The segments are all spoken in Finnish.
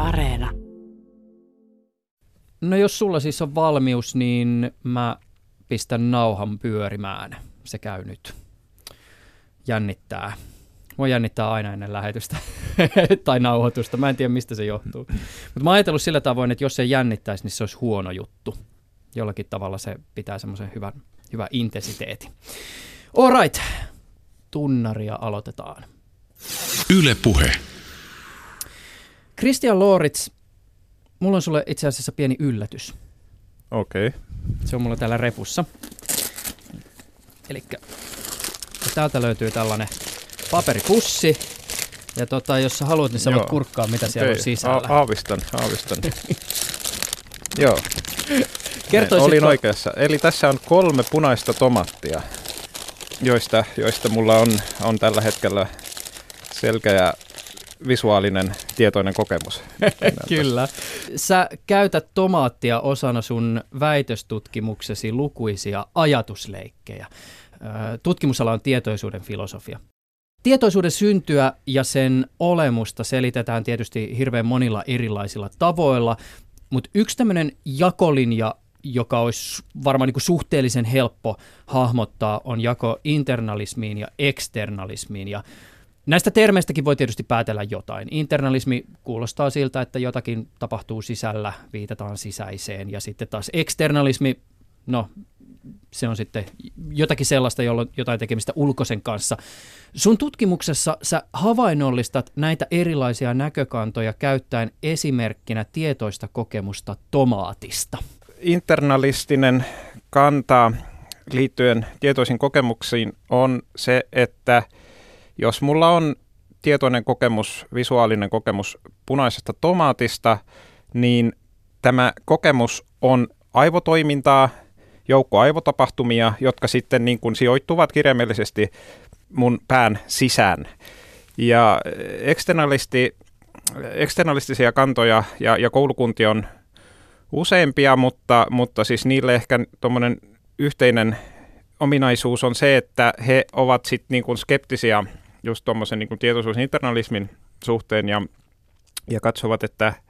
Areena. No jos sulla siis on valmius, niin mä pistän nauhan pyörimään. Se käy nyt. Jännittää. Mua jännittää aina ennen lähetystä tai nauhoitusta. Mä en tiedä, mistä se johtuu. Mutta mä oon ajatellut sillä tavoin, että jos se jännittäisi, niin se olisi huono juttu. Jollakin tavalla se pitää semmoisen hyvän intensiteetin. All right. Tunnaria aloitetaan. Yle Puhe. Christian Loritz, mulla on sulle itse asiassa pieni yllätys. Okei. Se on mulla täällä repussa. Elikkä täältä löytyy tällainen paperipussi. Ja jos sä haluat, niin sä voit kurkkaa, mitä siellä on sisällä. Aavistan. Joo. Olin oikeassa. Eli tässä on 3 punaista tomaattia, joista mulla on tällä hetkellä selkeä visuaalinen tietoinen kokemus. Kyllä. Sä käytät tomaattia osana sun väitöstutkimuksesi lukuisia ajatusleikkejä. Tutkimusala on tietoisuuden filosofia. Tietoisuuden syntyä ja sen olemusta selitetään tietysti hirveän monilla erilaisilla tavoilla, mutta yksi tämmöinen jakolinja, joka olisi varmaan niin kuin suhteellisen helppo hahmottaa, on jako internalismiin ja eksternalismiin. Ja näistä termeistäkin voi tietysti päätellä jotain. Internalismi kuulostaa siltä, että jotakin tapahtuu sisällä, viitataan sisäiseen, ja sitten taas eksternalismi, no se on sitten jotakin sellaista, jolla on jotain tekemistä ulkoisen kanssa. Sun tutkimuksessa sä havainnollistat näitä erilaisia näkökantoja käyttäen esimerkkinä tietoista kokemusta tomaatista. Internalistinen kanta liittyen tietoisiin kokemuksiin on se, että jos mulla on tietoinen kokemus, visuaalinen kokemus punaisesta tomaatista, niin tämä kokemus on aivotoimintaa, joukko aivotapahtumia, jotka sitten niin kuin sijoittuvat kirjaimellisesti mun pään sisään. Ja eksternalistisia kantoja ja koulukuntia on useampia, mutta siis niille ehkä tuommoinen yhteinen ominaisuus on se, että he ovat sitten niin kuin skeptisiä just tuommoisen niin kuin tietoisuusinternalismin suhteen ja katsovat,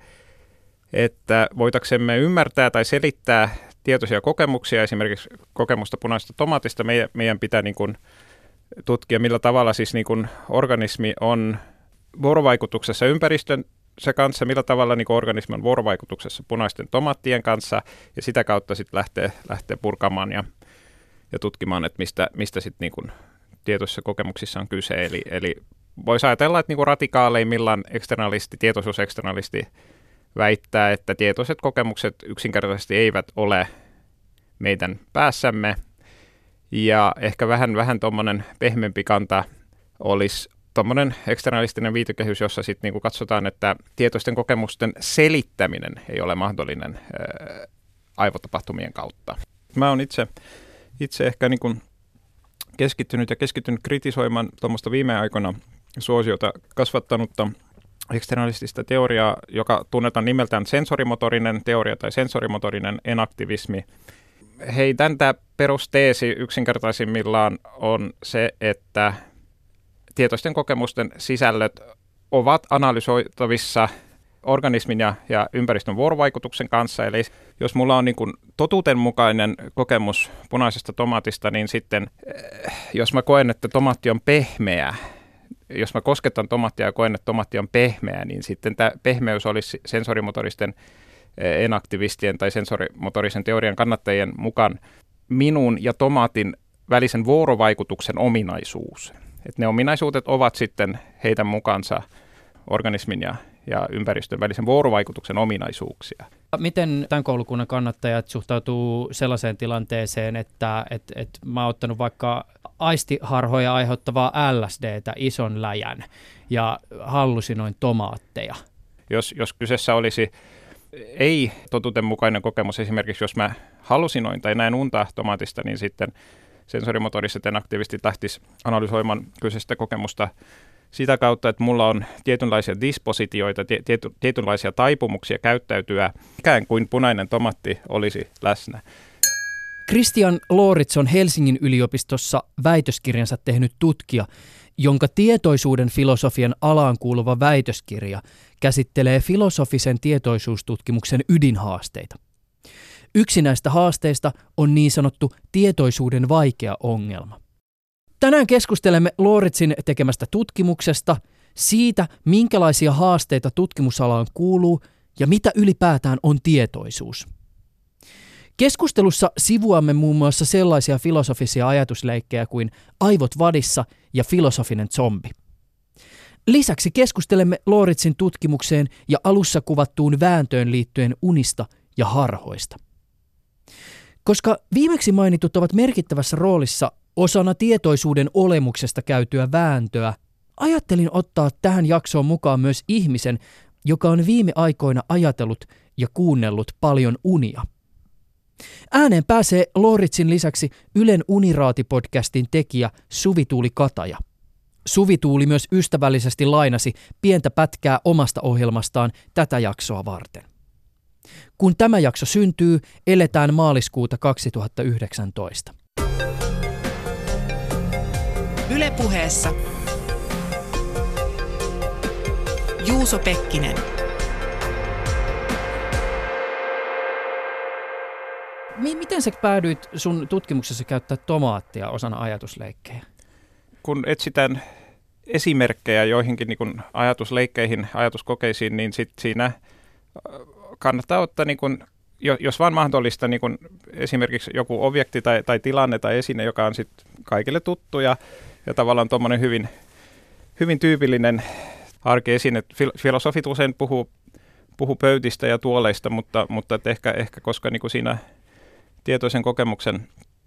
että voitaksemme ymmärtää tai selittää tietoisia kokemuksia, esimerkiksi kokemusta punaisesta tomaatista, meidän pitää niin kuin tutkia, millä tavalla siis niin kuin organismi on vuorovaikutuksessa ympäristön kanssa, millä tavalla niin kuin organismi on vuorovaikutuksessa punaisten tomaattien kanssa, ja sitä kautta sitten lähtee purkamaan ja tutkimaan, että mistä sitten niin kuin tietoisissa kokemuksissa on kyse. Eli voisi ajatella, että niin kuin radikaaleimmillaan tietoisuuseksternalisti väittää, että tietoiset kokemukset yksinkertaisesti eivät ole meidän päässämme, ja ehkä vähän tuommoinen pehmeämpi kanta olisi tuommoinen eksternalistinen viitekehys, jossa sitten niinku katsotaan, että tietoisten kokemusten selittäminen ei ole mahdollinen aivotapahtumien kautta. Mä oon itse ehkä niinku keskittynyt kritisoimaan tuommoista viime aikoina suosiota kasvattanutta eksternalistista teoriaa, joka tunnetaan nimeltään sensorimotorinen teoria tai sensorimotorinen enaktivismi. Tämä perusteesi yksinkertaisimmillaan on se, että tietoisten kokemusten sisällöt ovat analysoitavissa organismin ja ympäristön vuorovaikutuksen kanssa. Eli jos mulla on niin kuin totuudenmukainen kokemus punaisesta tomaatista, niin sitten jos mä koen, että tomaatti on pehmeä, jos mä kosketan tomaattia ja koen, että tomaatti on pehmeä, niin sitten tämä pehmeys olisi sensorimotoristen enaktivistien tai sensorimotorisen teorian kannattajien mukaan minun ja tomaatin välisen vuorovaikutuksen ominaisuus. Et ne ominaisuudet ovat sitten heidän mukaansa organismin ja ympäristön välisen vuorovaikutuksen ominaisuuksia. Miten tämän koulukunnan kannattajat suhtautuu sellaiseen tilanteeseen, että mä oon ottanut vaikka aistiharhoja aiheuttavaa LSDtä, ison läjän, ja hallusinoin tomaatteja? Jos kyseessä olisi ei totuudenmukainen kokemus, esimerkiksi jos mä hallusinoin tai näen unta tomaatista, niin sitten sensorimotoriset enaktivistit lähtis analysoimaan kyseistä kokemusta sitä kautta, että mulla on tietynlaisia dispositioita, tietynlaisia taipumuksia käyttäytyä, ikään kuin punainen tomaatti olisi läsnä. Christian Loritz on Helsingin yliopistossa väitöskirjansa tehnyt tutkija, jonka tietoisuuden filosofian alaan kuuluva väitöskirja käsittelee filosofisen tietoisuustutkimuksen ydinhaasteita. Yksi näistä haasteista on niin sanottu tietoisuuden vaikea ongelma. Tänään keskustelemme Loritzin tekemästä tutkimuksesta, siitä minkälaisia haasteita tutkimusalaan kuuluu ja mitä ylipäätään on tietoisuus. Keskustelussa sivuamme muun muassa sellaisia filosofisia ajatusleikkejä kuin aivot vadissa ja filosofinen zombi. Lisäksi keskustelemme Loritzin tutkimukseen ja alussa kuvattuun vääntöön liittyen unista ja harhoista. Koska viimeksi mainitut ovat merkittävässä roolissa osana tietoisuuden olemuksesta käytyä vääntöä, ajattelin ottaa tähän jaksoon mukaan myös ihmisen, joka on viime aikoina ajatellut ja kuunnellut paljon unia. Ääneen pääsee Loritzin lisäksi Ylen Uniraati-podcastin tekijä Suvi-Tuuli Kataja. Suvi-Tuuli myös ystävällisesti lainasi pientä pätkää omasta ohjelmastaan tätä jaksoa varten. Kun tämä jakso syntyy, eletään maaliskuuta 2019. Yle Puheessa Juuso Pekkinen. Miten sä päädyit sun tutkimuksessa käyttää tomaattia osana ajatusleikkejä? Kun etsitään esimerkkejä joihinkin niin kuin ajatusleikkeihin, ajatuskokeisiin, niin sit siinä kannattaa ottaa, niin kuin, jos vaan mahdollista, niin kuin esimerkiksi joku objekti tai tilanne tai esine, joka on sit kaikille tuttu ja tavallaan tuommoinen hyvin tyypillinen arkiesine. Filosofit usein puhuu pöytistä ja tuoleista, mutta ehkä koska niin kuin siinä tietoisen kokemuksen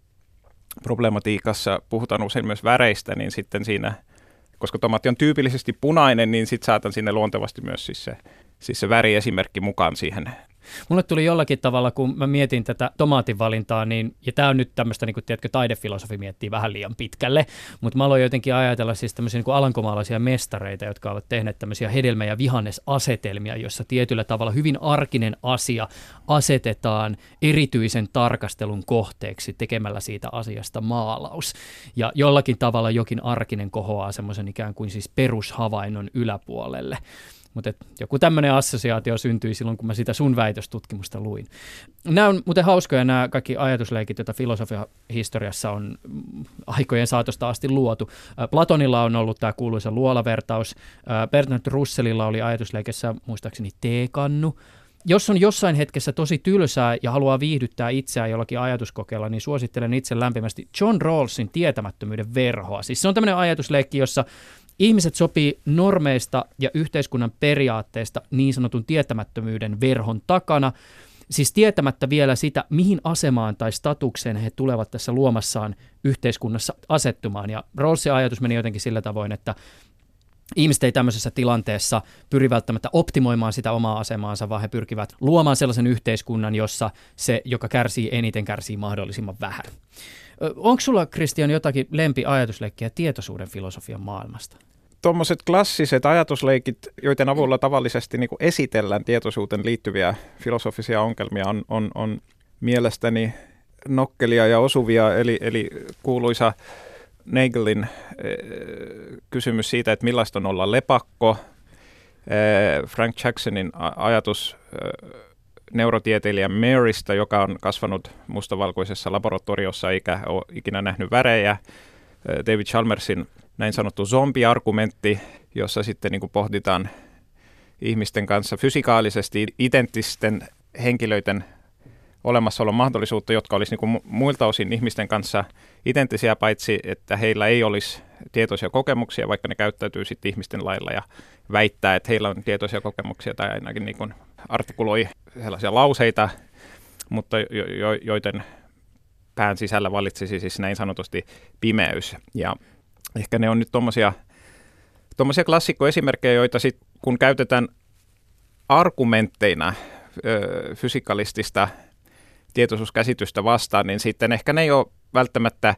problematiikassa puhutaan usein myös väreistä, niin sitten siinä, koska tomaatti on tyypillisesti punainen, niin sitten saatan sinne luontevasti myös siis se väriesimerkki mukaan siihen. Mulle tuli jollakin tavalla, kun mä mietin tätä tomaatin valintaa, niin, ja tämä on nyt tämmöistä, niin kuin tiedätkö, taidefilosofi miettii vähän liian pitkälle, mutta mä aloin jotenkin ajatella siis tämmöisiä niin kuin alankomaalaisia mestareita, jotka ovat tehneet tämmöisiä hedelmä- ja vihannesasetelmia, jossa tietyllä tavalla hyvin arkinen asia asetetaan erityisen tarkastelun kohteeksi tekemällä siitä asiasta maalaus. Ja jollakin tavalla jokin arkinen kohoaa semmoisen ikään kuin siis perushavainnon yläpuolelle. Mutta joku tämmöinen assosiaatio syntyi silloin, kun mä sitä sun väitöstutkimusta luin. Nämä on muuten hauskoja nämä kaikki ajatusleikit, joita filosofian historiassa on aikojen saatosta asti luotu. Platonilla on ollut tämä kuuluisa luolavertaus. Bertrand Russellilla oli ajatusleikessä muistaakseni teekannu. Jos on jossain hetkessä tosi tylsää ja haluaa viihdyttää itseään jollakin ajatuskokeella, niin suosittelen itse lämpimästi John Rawlsin tietämättömyyden verhoa. Siis se on tämmöinen ajatusleikki, jossa ihmiset sopii normeista ja yhteiskunnan periaatteista niin sanotun tietämättömyyden verhon takana, siis tietämättä vielä sitä, mihin asemaan tai statukseen he tulevat tässä luomassaan yhteiskunnassa asettumaan. Ja Rawlsin ajatus meni jotenkin sillä tavoin, että ihmiset ei tämmöisessä tilanteessa pyri välttämättä optimoimaan sitä omaa asemaansa, vaan he pyrkivät luomaan sellaisen yhteiskunnan, jossa se, joka kärsii eniten, kärsii mahdollisimman vähän. Onko sulla, Christian, jotakin lempiajatusleikkiä tietoisuuden filosofian maailmasta? Tuommoiset klassiset ajatusleikit, joiden avulla tavallisesti niin kuin esitellään tietoisuuteen liittyviä filosofisia ongelmia, on mielestäni nokkelia ja osuvia, eli kuuluisa Nagelin kysymys siitä, että millaista on olla lepakko, Frank Jacksonin ajatus neurotieteilijä Marystä, joka on kasvanut mustavalkoisessa laboratoriossa eikä ole ikinä nähnyt värejä, David Chalmersin näin sanottu zombi-argumentti, jossa sitten niin kuin pohditaan ihmisten kanssa fysikaalisesti identtisten henkilöiden olemassaolon mahdollisuutta, jotka olisi niin kuin muilta osin ihmisten kanssa identtisiä, paitsi että heillä ei olisi tietoisia kokemuksia, vaikka ne käyttäytyy sitten ihmisten lailla ja väittää, että heillä on tietoisia kokemuksia tai ainakin niin kuin artikuloi sellaisia lauseita, mutta joiden pään sisällä vallitsisi siis näin sanotusti pimeys. Ja ehkä ne on nyt tommosia klassikkoesimerkkejä, joita sitten kun käytetään argumentteina fysikalistista tietoisuuskäsitystä vastaan, niin sitten ehkä ne ei ole välttämättä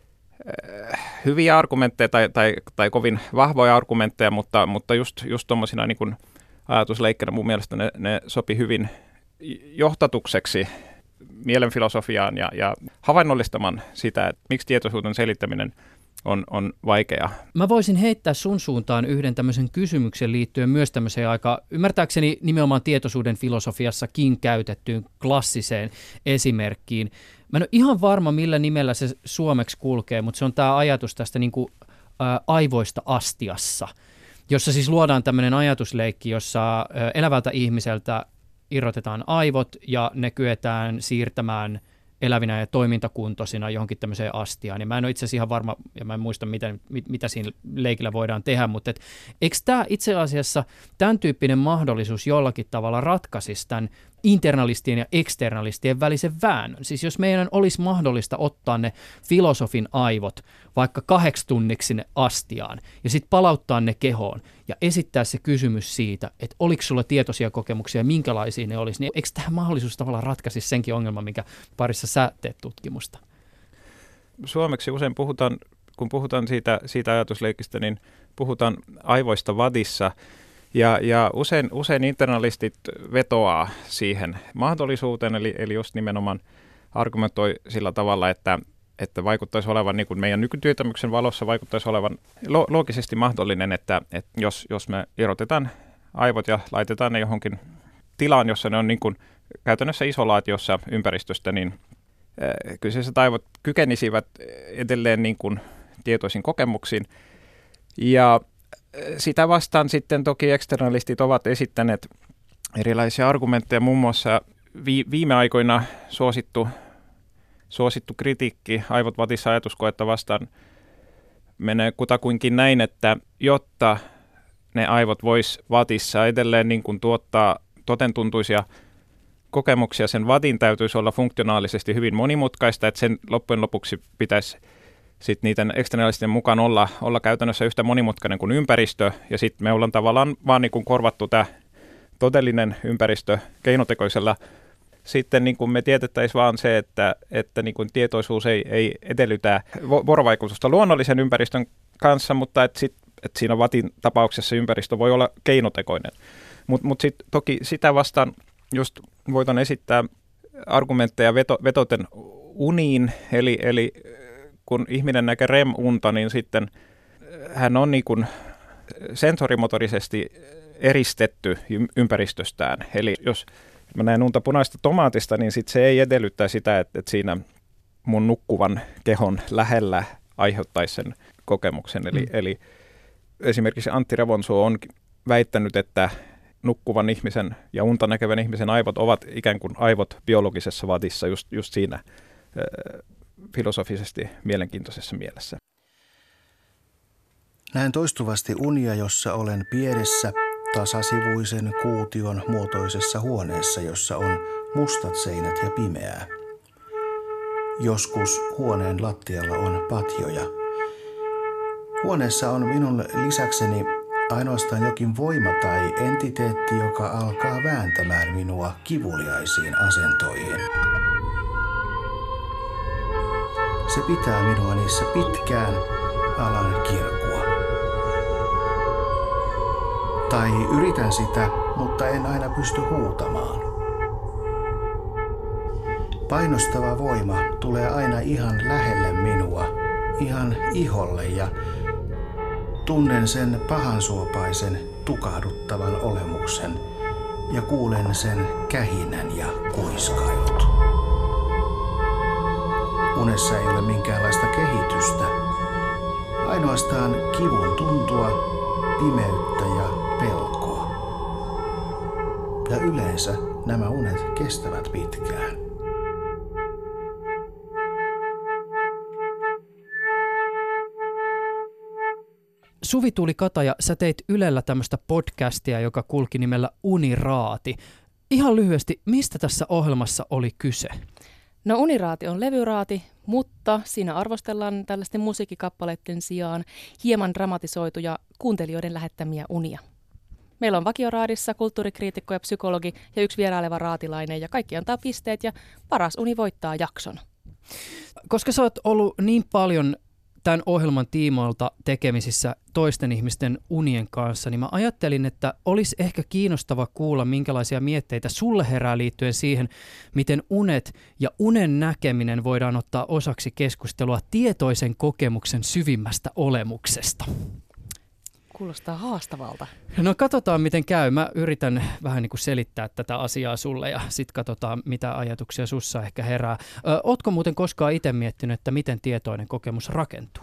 hyviä argumentteja tai kovin vahvoja argumentteja, mutta just tuommoisina niin kuin ajatusleikkeinä mun mielestä ne sopi hyvin johtatukseksi mielenfilosofiaan ja havainnollistamaan sitä, että miksi tietoisuuden selittäminen on vaikeaa. Mä voisin heittää sun suuntaan yhden tämmöisen kysymyksen liittyen myös tämmöiseen aika, ymmärtääkseni nimenomaan tietoisuuden filosofiassakin käytettyyn klassiseen esimerkkiin. Mä en ole ihan varma, millä nimellä se suomeksi kulkee, mutta se on tämä ajatus tästä niin kuin, aivoista astiassa, jossa siis luodaan tämmöinen ajatusleikki, jossa elävältä ihmiseltä irrotetaan aivot ja ne kyetään siirtämään elävinä ja toimintakuntoisina johonkin tämmöiseen astiaan. Ja mä en ole itse asiassa ihan varma, ja mä en muista, mitä siinä leikillä voidaan tehdä, mutta eikö tämä itse asiassa tämän tyyppinen mahdollisuus jollakin tavalla ratkaisisi tämän internalistien ja eksternalistien välisen väännön? Siis jos meidän olisi mahdollista ottaa ne filosofin aivot vaikka 8 tunniksi sinne astiaan ja sitten palauttaa ne kehoon ja esittää se kysymys siitä, että oliko sulla tietoisia kokemuksia ja minkälaisia ne olisi, niin eikö tämä mahdollisuus tavallaan ratkaisisi senkin ongelman, minkä parissa sä teet tutkimusta? Suomeksi usein kun puhutaan siitä ajatusleikistä, niin puhutaan aivoista vadissa. Ja usein internalistit vetoaa siihen mahdollisuuteen, eli just nimenomaan argumentoi sillä tavalla, että vaikuttaisi olevan, niin kuin meidän nykytietämyksen valossa vaikuttaisi olevan loogisesti mahdollinen, että jos me erotetaan aivot ja laitetaan ne johonkin tilaan, jossa ne on niin kuin käytännössä isolaatiossa ympäristöstä, niin kyseiset aivot kykenisivät edelleen niin kuin tietoisiin kokemuksiin. Ja sitä vastaan sitten toki eksternalistit ovat esittäneet erilaisia argumentteja, muun muassa viime aikoina suosittu kritiikki aivot vadissa ajatuskoetta vastaan menee kutakuinkin näin, että jotta ne aivot vois vadissa edelleen niin kuin tuottaa totentuntuisia kokemuksia, sen vadin täytyisi olla funktionaalisesti hyvin monimutkaista, että sen loppujen lopuksi pitäisi sitten niiden eksternalistien mukaan olla käytännössä yhtä monimutkainen kuin ympäristö, ja sitten me ollaan tavallaan vaan niin kuin korvattu tämä todellinen ympäristö keinotekoisella. Sitten niin kuin me tietettäisiin vaan se, että niin kuin tietoisuus ei edellytä vuorovaikutusta luonnollisen ympäristön kanssa, mutta että siinä vatin tapauksessa ympäristö voi olla keinotekoinen. Mutta sitten toki sitä vastaan just voitan esittää argumentteja vetoten uniin, eli kun ihminen näkee REM-unta, niin sitten hän on niin kuin sensorimotorisesti eristetty ympäristöstään. Eli jos mä näen unta punaista tomaatista, niin sit se ei edellyttää sitä, että siinä mun nukkuvan kehon lähellä aiheuttaisi sen kokemuksen. Eli esimerkiksi Antti Revonsuo on väittänyt, että nukkuvan ihmisen ja unta näkevän ihmisen aivot ovat ikään kuin aivot biologisessa vadissa just siinä filosofisesti mielenkiintoisessa mielessä. Näen toistuvasti unia, jossa olen pienessä, tasasivuisen kuution muotoisessa huoneessa, jossa on mustat seinät ja pimeää. Joskus huoneen lattialla on patjoja. Huoneessa on minun lisäkseni ainoastaan jokin voima tai entiteetti, joka alkaa vääntämään minua kivuliaisiin asentoihin. Se pitää minua niissä pitkään, alan kirkua. Tai yritän sitä, mutta en aina pysty huutamaan. Painostava voima tulee aina ihan lähelle minua, ihan iholle, ja tunnen sen pahansuopaisen, tukahduttavan olemuksen ja kuulen sen kähinän ja kuiskailut. Unessa ei ole minkäänlaista kehitystä, ainoastaan kivun tuntua, pimeyttä ja pelkoa. Ja yleensä nämä unet kestävät pitkään. Suvi-Tuuli Kataja, sä teit Ylellä tämmöistä podcastia, joka kulki nimellä Uniraati. Ihan lyhyesti, mistä tässä ohjelmassa oli kyse? No Uniraati on levyraati, mutta siinä arvostellaan tällaisten musiikkikappaleiden sijaan hieman dramatisoituja kuuntelijoiden lähettämiä unia. Meillä on vakioraadissa kulttuurikriitikko ja psykologi ja yksi vieraileva raatilainen ja kaikki antaa pisteet ja paras uni voittaa jakson. Koska sä oot ollut niin paljon tämän ohjelman tiimoilta tekemisissä toisten ihmisten unien kanssa, niin mä ajattelin, että olisi ehkä kiinnostava kuulla, minkälaisia mietteitä sulle herää liittyen siihen, miten unet ja unen näkeminen voidaan ottaa osaksi keskustelua tietoisen kokemuksen syvimmästä olemuksesta. Kuulostaa haastavalta. No katsotaan miten käy. Mä yritän vähän niin kuin selittää tätä asiaa sulle ja sitten katsotaan mitä ajatuksia sussa ehkä herää. Ootko muuten koskaan itse miettinyt, että miten tietoinen kokemus rakentuu?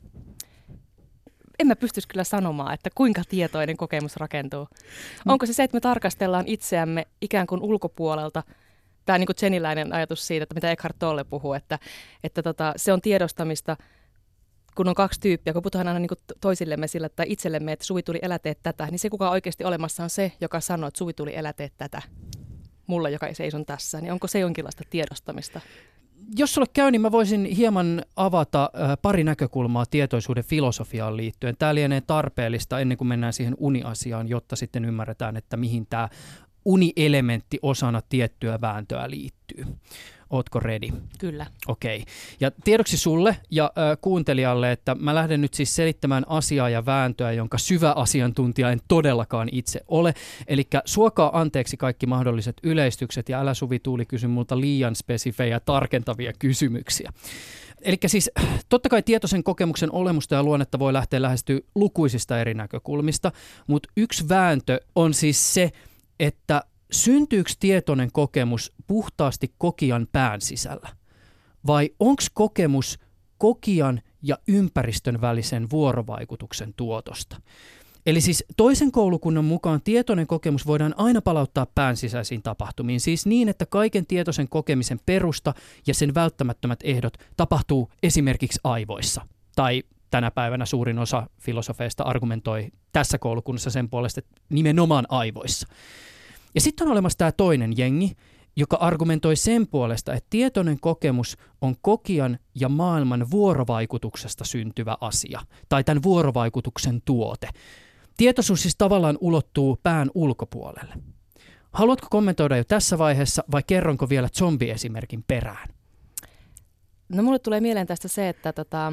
En mä pystyisi kyllä sanomaan, että kuinka tietoinen kokemus rakentuu. Onko se, että me tarkastellaan itseämme ikään kuin ulkopuolelta? Tämä niin kuin Jenniläinen ajatus siitä, että mitä Eckhart Tolle puhuu, että se on tiedostamista, kun on kaksi tyyppiä, kun puhutaan aina niin kuin toisillemme sillä tai itsellemme, että Suvi tuli elä teet tätä, niin se kuka oikeasti olemassa on se, joka sanoo, että Suvi tuli elä teet tätä. Mulla, joka seison tässä, niin onko se jonkinlaista tiedostamista? Jos sulle käy, niin mä voisin hieman avata pari näkökulmaa tietoisuuden filosofiaan liittyen. Tämä lienee tarpeellista ennen kuin mennään siihen uniasiaan, jotta sitten ymmärretään, että mihin tämä unielementti osana tiettyä vääntöä liittyy. Ootko ready? Kyllä. Okei. Ja tiedoksi sulle ja kuuntelijalle, että mä lähden nyt siis selittämään asiaa ja vääntöä, jonka syvä asiantuntija en todellakaan itse ole. Eli suokaa anteeksi kaikki mahdolliset yleistykset ja älä Suvi Tuuli kysy multa liian spesifejä tarkentavia kysymyksiä. Eli siis totta kai tietoisen kokemuksen olemusta ja luonnetta voi lähteä lähestyä lukuisista eri näkökulmista, mutta yksi vääntö on siis se, että syntyykö tietoinen kokemus puhtaasti kokijan pään sisällä? Vai onko kokemus kokijan ja ympäristön välisen vuorovaikutuksen tuotosta? Eli siis toisen koulukunnan mukaan tietoinen kokemus voidaan aina palauttaa pään sisäisiin tapahtumiin. Siis niin, että kaiken tietoisen kokemisen perusta ja sen välttämättömät ehdot tapahtuu esimerkiksi aivoissa. Tai tänä päivänä suurin osa filosofeista argumentoi tässä koulukunnassa sen puolesta, että nimenomaan aivoissa. Ja sitten on olemassa tämä toinen jengi, joka argumentoi sen puolesta, että tietoinen kokemus on kokijan ja maailman vuorovaikutuksesta syntyvä asia, tai tämän vuorovaikutuksen tuote. Tietoisuus siis tavallaan ulottuu pään ulkopuolelle. Haluatko kommentoida jo tässä vaiheessa, vai kerronko vielä zombiesimerkin perään? No mulle tulee mieleen tästä se, että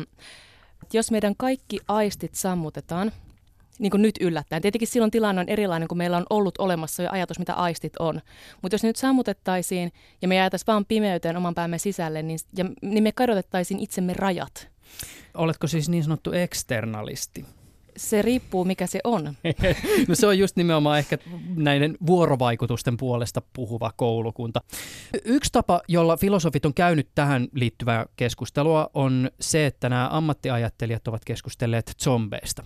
jos meidän kaikki aistit sammutetaan, niin kuin nyt yllättäen. Tietenkin silloin tilanne on erilainen, kun meillä on ollut olemassa jo ajatus, mitä aistit on. Mutta jos ne nyt sammutettaisiin ja me jäätäisiin vaan pimeyteen oman päämme sisälle, niin me kadotettaisiin itsemme rajat. Oletko siis niin sanottu eksternalisti? Se riippuu, mikä se on. No se on just nimenomaan ehkä näiden vuorovaikutusten puolesta puhuva koulukunta. Yksi tapa, jolla filosofit on käynyt tähän liittyvää keskustelua, on se, että nämä ammattiajattelijat ovat keskustelleet zombeista.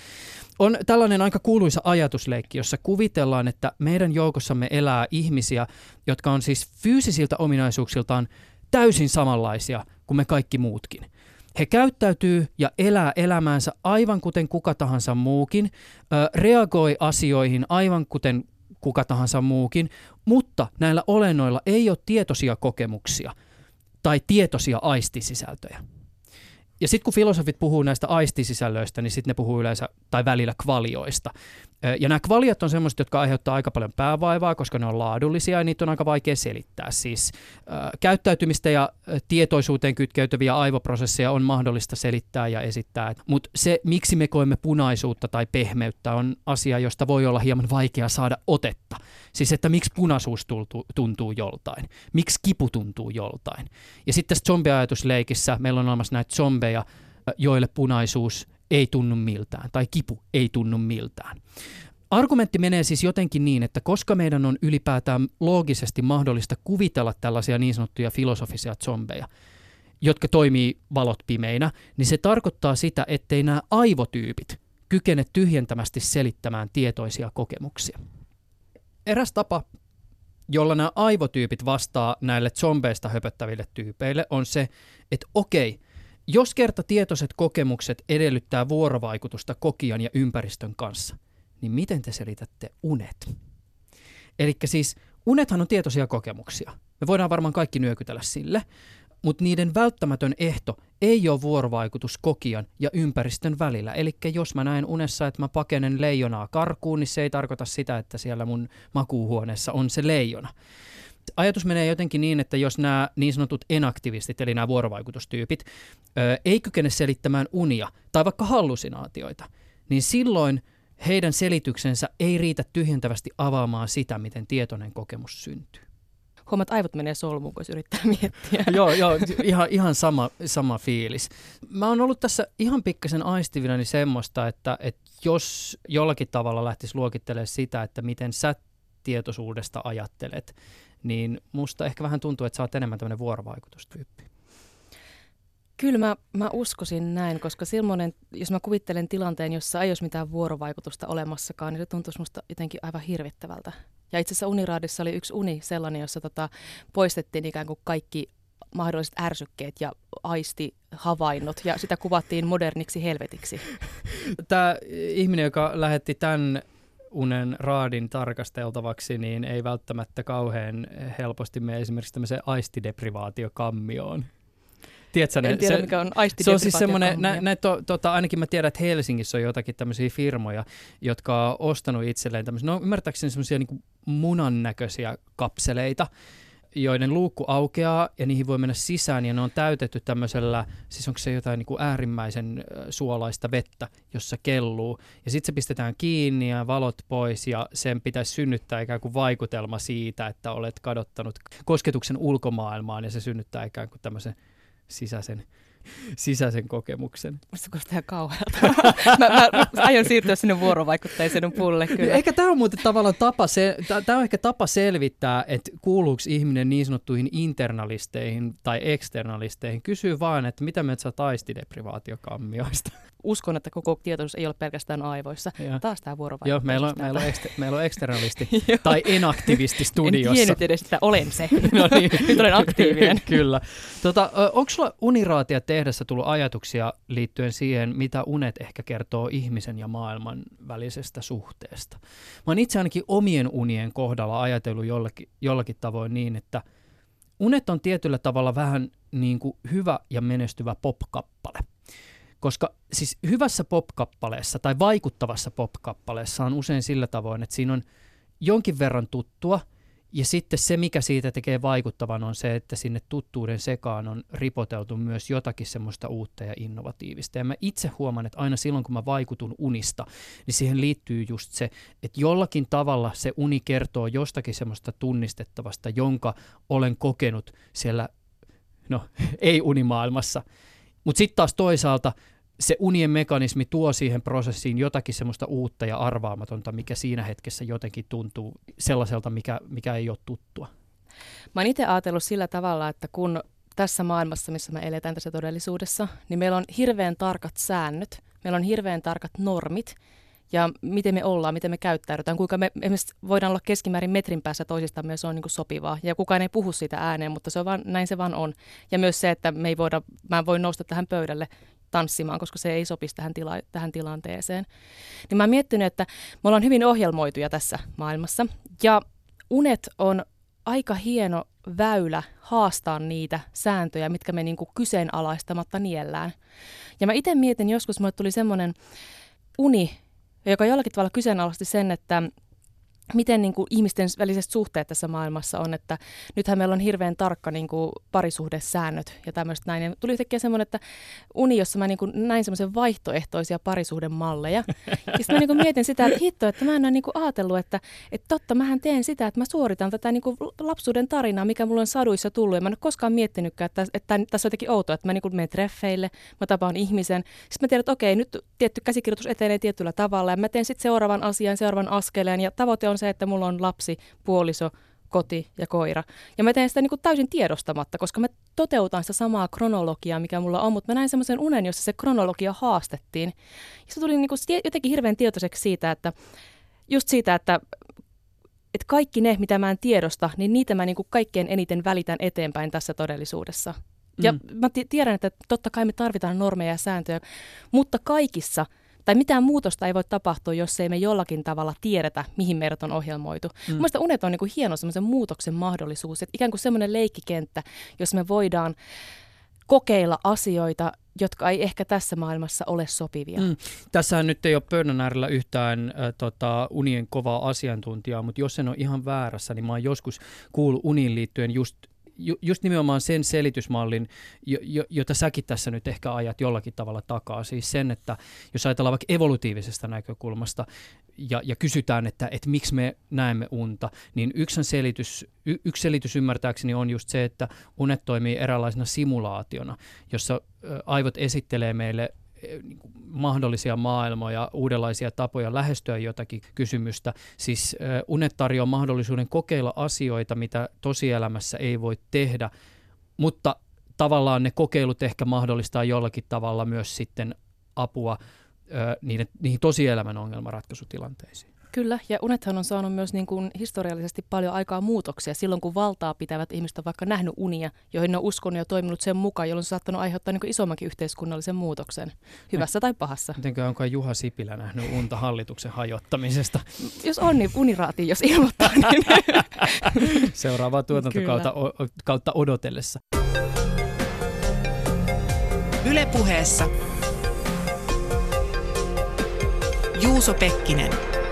On tällainen aika kuuluisa ajatusleikki, jossa kuvitellaan, että meidän joukossamme elää ihmisiä, jotka on siis fyysisiltä ominaisuuksiltaan täysin samanlaisia kuin me kaikki muutkin. He käyttäytyy ja elää elämäänsä aivan kuten kuka tahansa muukin, reagoi asioihin aivan kuten kuka tahansa muukin, mutta näillä olennoilla ei ole tietoisia kokemuksia tai tietoisia aistisisältöjä. Ja sitten kun filosofit puhuu näistä aistisisällöistä, niin sitten ne puhuu yleensä tai välillä kvalioista. Ja nämä kvaliot on semmoiset, jotka aiheuttaa aika paljon päävaivaa, koska ne on laadullisia ja niitä on aika vaikea selittää. Siis käyttäytymistä ja tietoisuuteen kytkeytyviä aivoprosesseja on mahdollista selittää ja esittää. Mutta se, miksi me koemme punaisuutta tai pehmeyttä, on asia, josta voi olla hieman vaikea saada otetta. Siis, että miksi punaisuus tuntuu joltain, miksi kipu tuntuu joltain. Ja sitten tässä zombiajatusleikissä meillä on olemassa näitä zombeja, joille punaisuus ei tunnu miltään tai kipu ei tunnu miltään. Argumentti menee siis jotenkin niin, että koska meidän on ylipäätään loogisesti mahdollista kuvitella tällaisia niin sanottuja filosofisia zombeja, jotka toimii valot pimeinä, niin se tarkoittaa sitä, ettei nämä aivotyypit kykene tyhjentämästi selittämään tietoisia kokemuksia. Eräs tapa, jolla nämä aivotyypit vastaa näille zombeista höpöttäville tyypeille, on se, että okei, jos kerta tietoiset kokemukset edellyttää vuorovaikutusta kokijan ja ympäristön kanssa, niin miten te selitätte unet? Elikkä siis unethan on tietoisia kokemuksia. Me voidaan varmaan kaikki nyökytellä sille, mutta niiden välttämätön ehto ei ole vuorovaikutus kokijan ja ympäristön välillä. Elikkä jos mä näen unessa, että mä pakenen leijonaa karkuun, niin se ei tarkoita sitä, että siellä mun makuuhuoneessa on se leijona. Ajatus menee jotenkin niin, että jos nämä niin sanotut enaktivistit, eli nämä vuorovaikutustyypit, ei kykene selittämään unia tai vaikka hallusinaatioita, niin silloin heidän selityksensä ei riitä tyhjentävästi avaamaan sitä, miten tietoinen kokemus syntyy. Huomaat, aivot menee solmuun, kun yrittää miettiä. Joo, ihan sama fiilis. Mä oon ollut tässä ihan pikkasen aistivinani semmoista, että jos jollakin tavalla lähtisi luokittelemaan sitä, että miten sä tietoisuudesta ajattelet, niin musta ehkä vähän tuntuu, että sä oot enemmän tämmöinen vuorovaikutustyyppi. Kyllä mä uskoisin näin, koska silloin, jos mä kuvittelen tilanteen, jossa ei olisi mitään vuorovaikutusta olemassakaan, niin se tuntuisi musta jotenkin aivan hirvittävältä. Ja itse asiassa Uniraadissa oli yksi uni sellainen, jossa poistettiin ikään kuin kaikki mahdolliset ärsykkeet ja aistihavainnot, ja sitä kuvattiin moderniksi helvetiksi. Tämä ihminen, joka lähetti tämän unen raadin tarkasteltavaksi, niin ei välttämättä kauhean helposti mene esimerkiksi tämmöiseen aistideprivaatiokammioon. Tiedätkö, en tiedä, mikä on aistideprivaatiokammio. Se on siis semmoinen, ainakin mä tiedän, että Helsingissä on jotakin tämmöisiä firmoja, jotka on ostanut itselleen tämmöisiä, no ymmärtääkseni semmoisia niin kuin munan näköisiä kapseleita, joiden luukku aukeaa ja niihin voi mennä sisään ja ne on täytetty tämmöisellä, siis onko se jotain niin kuin äärimmäisen suolaista vettä, jossa kelluu. Ja sitten se pistetään kiinni ja valot pois ja sen pitäisi synnyttää ikään kuin vaikutelma siitä, että olet kadottanut kosketuksen ulkomaailmaan ja se synnyttää ikään kuin tämmöisen sisäisen kokemuksen. Musta kuulostaa ihan kauhealta. mä aion siirtyä sinne vuorovaikutteisen puolelle kyllä. Ehkä tämä on muuten tavallaan tämä on ehkä tapa selvittää, että kuuluuko ihminen niin sanottuihin internalisteihin tai eksternalisteihin. Kysyy vaan, että mitä mieltä sä oot aistideprivaatiokammioista. Uskon, että koko tietoisuus ei ole pelkästään aivoissa. Ja. Taas tämä vuorovaikutteisuus. Joo, meillä on eksternalisti tai enaktivisti studiossa. En tiennyt edes, että olen se. No niin. Nyt olen aktiivinen. Kyllä. Onko sulla uniraatia tehdessä tullut ajatuksia liittyen siihen, mitä unet ehkä kertoo ihmisen ja maailman välisestä suhteesta? Mä oon itse ainakin omien unien kohdalla ajatellut jollakin tavoin niin, että unet on tietyllä tavalla vähän niin kuin hyvä ja menestyvä pop-kappale. Koska siis hyvässä pop-kappaleessa tai vaikuttavassa pop-kappaleessa on usein sillä tavoin, että siinä on jonkin verran tuttua ja sitten se, mikä siitä tekee vaikuttavan, on se, että sinne tuttuuden sekaan on ripoteltu myös jotakin semmoista uutta ja innovatiivista. Ja mä itse huomaan, että aina silloin, kun mä vaikutun unista, niin siihen liittyy just se, että jollakin tavalla se uni kertoo jostakin semmoista tunnistettavasta, jonka olen kokenut siellä, ei-unimaailmassa. Mutta sitten taas toisaalta se unien mekanismi tuo siihen prosessiin jotakin semmoista uutta ja arvaamatonta, mikä siinä hetkessä jotenkin tuntuu sellaiselta, mikä ei ole tuttua. Mä oon itse ajatellut sillä tavalla, että kun tässä maailmassa, missä me eletään tässä todellisuudessa, niin meillä on hirveän tarkat säännöt, meillä on hirveän tarkat normit, ja miten me ollaan, miten me käyttäydytään, kuinka me esimerkiksi voidaan olla keskimäärin metrin päässä toisistamme, ja se on niin kuin sopivaa. Ja kukaan ei puhu siitä ääneen, mutta se on vaan, näin se vaan on. Ja myös se, että mä en voi nousta tähän pöydälle tanssimaan, koska se ei sopisi tähän tilanteeseen. Niin mä oon miettinyt, että me ollaan hyvin ohjelmoituja tässä maailmassa, ja unet on aika hieno väylä haastaa niitä sääntöjä, mitkä me niin kuin kyseenalaistamatta niellään. Ja mä itse mietin joskus, mulle tuli semmoinen uni, joka jollakin tavalla kyseenalaisti sen, että miten niin kuin ihmisten väliset suhteet tässä maailmassa on, että nythän meillä on hirveän tarkka niin kuin parisuhdesäännöt ja tämmöistä näin. Ja tuli yhtäkkiä semmoinen, että uni, jossa mä niin kuin näin semmoisen vaihtoehtoisia parisuhdemalleja. Ja sitten mä niin kuin mietin sitä, että hitto, että mä en ole niin kuin ajatellut, että totta, mähän teen sitä, että mä suoritan tätä niin kuin lapsuuden tarinaa, mikä mulla on saduissa tullut. Ja mä en ole koskaan miettinytkään, että tässä on jotenkin outoa, että mä niin kuin menen treffeille, mä tapaan ihmisen. Sitten mä tiedän, että okei, nyt tietty käsikirjoitus etenee tietyllä tavalla ja mä teen sitten seuraavan asian, seuraavan askeleen ja tavoite on se, että mulla on lapsi, puoliso, koti ja koira. Ja mä teen sitä niin kuin täysin tiedostamatta, koska mä toteutan sitä samaa kronologiaa, mikä mulla on, mutta mä näin semmoisen unen, jossa se kronologia haastettiin. Ja se tuli niin kuin jotenkin hirveän tietoiseksi siitä, että just siitä, että kaikki ne, mitä mä en tiedosta, niin niitä mä niin kuin kaikkein eniten välitän eteenpäin tässä todellisuudessa. Ja mä tiedän, että totta kai me tarvitaan normeja ja sääntöjä, mutta kaikissa tai mitään muutosta ei voi tapahtua, jos ei me jollakin tavalla tiedetä, mihin meidät on ohjelmoitu. Mielestäni unet on niin kuin hieno semmoisen muutoksen mahdollisuus, että ikään kuin semmoinen leikkikenttä, jos me voidaan kokeilla asioita, jotka ei ehkä tässä maailmassa ole sopivia. Tässähän nyt ei ole pöydän äärellä yhtään unien kovaa asiantuntijaa, mutta jos en ole ihan väärässä, niin mä oon joskus kuullut uniin liittyen just nimenomaan sen selitysmallin, jota säkin tässä nyt ehkä ajat jollakin tavalla takaa. Siis sen, että jos ajatellaan vaikka evolutiivisesta näkökulmasta ja kysytään, että miksi me näemme unta, niin yksi selitys ymmärtääkseni on just se, että unet toimii eräänlaisena simulaationa, jossa aivot esittelee meille mahdollisia maailmoja, uudenlaisia tapoja lähestyä jotakin kysymystä. Siis unet tarjoaa mahdollisuuden kokeilla asioita, mitä tosielämässä ei voi tehdä, mutta tavallaan ne kokeilut ehkä mahdollistaa jollakin tavalla myös sitten apua niihin tosielämän ongelmanratkaisutilanteisiin. Kyllä, ja unethan on saanut myös niin kuin historiallisesti paljon aikaa muutoksia. Silloin kun valtaa pitävät ihmiset on vaikka nähnyt unia, joihin ne on uskonut ja toiminut sen mukaan, jolloin se on saattanut aiheuttaa niin kuin isommankin yhteiskunnallisen muutoksen, hyvässä tai pahassa. Mitenkö onko Juha Sipilä nähnyt unta hallituksen hajottamisesta? Jos on, niin uniraatiin, jos ilmoittaa. Niin. Seuraavaa tuotantokautta odotellessa. Yle Puheessa Juuso Pekkinen.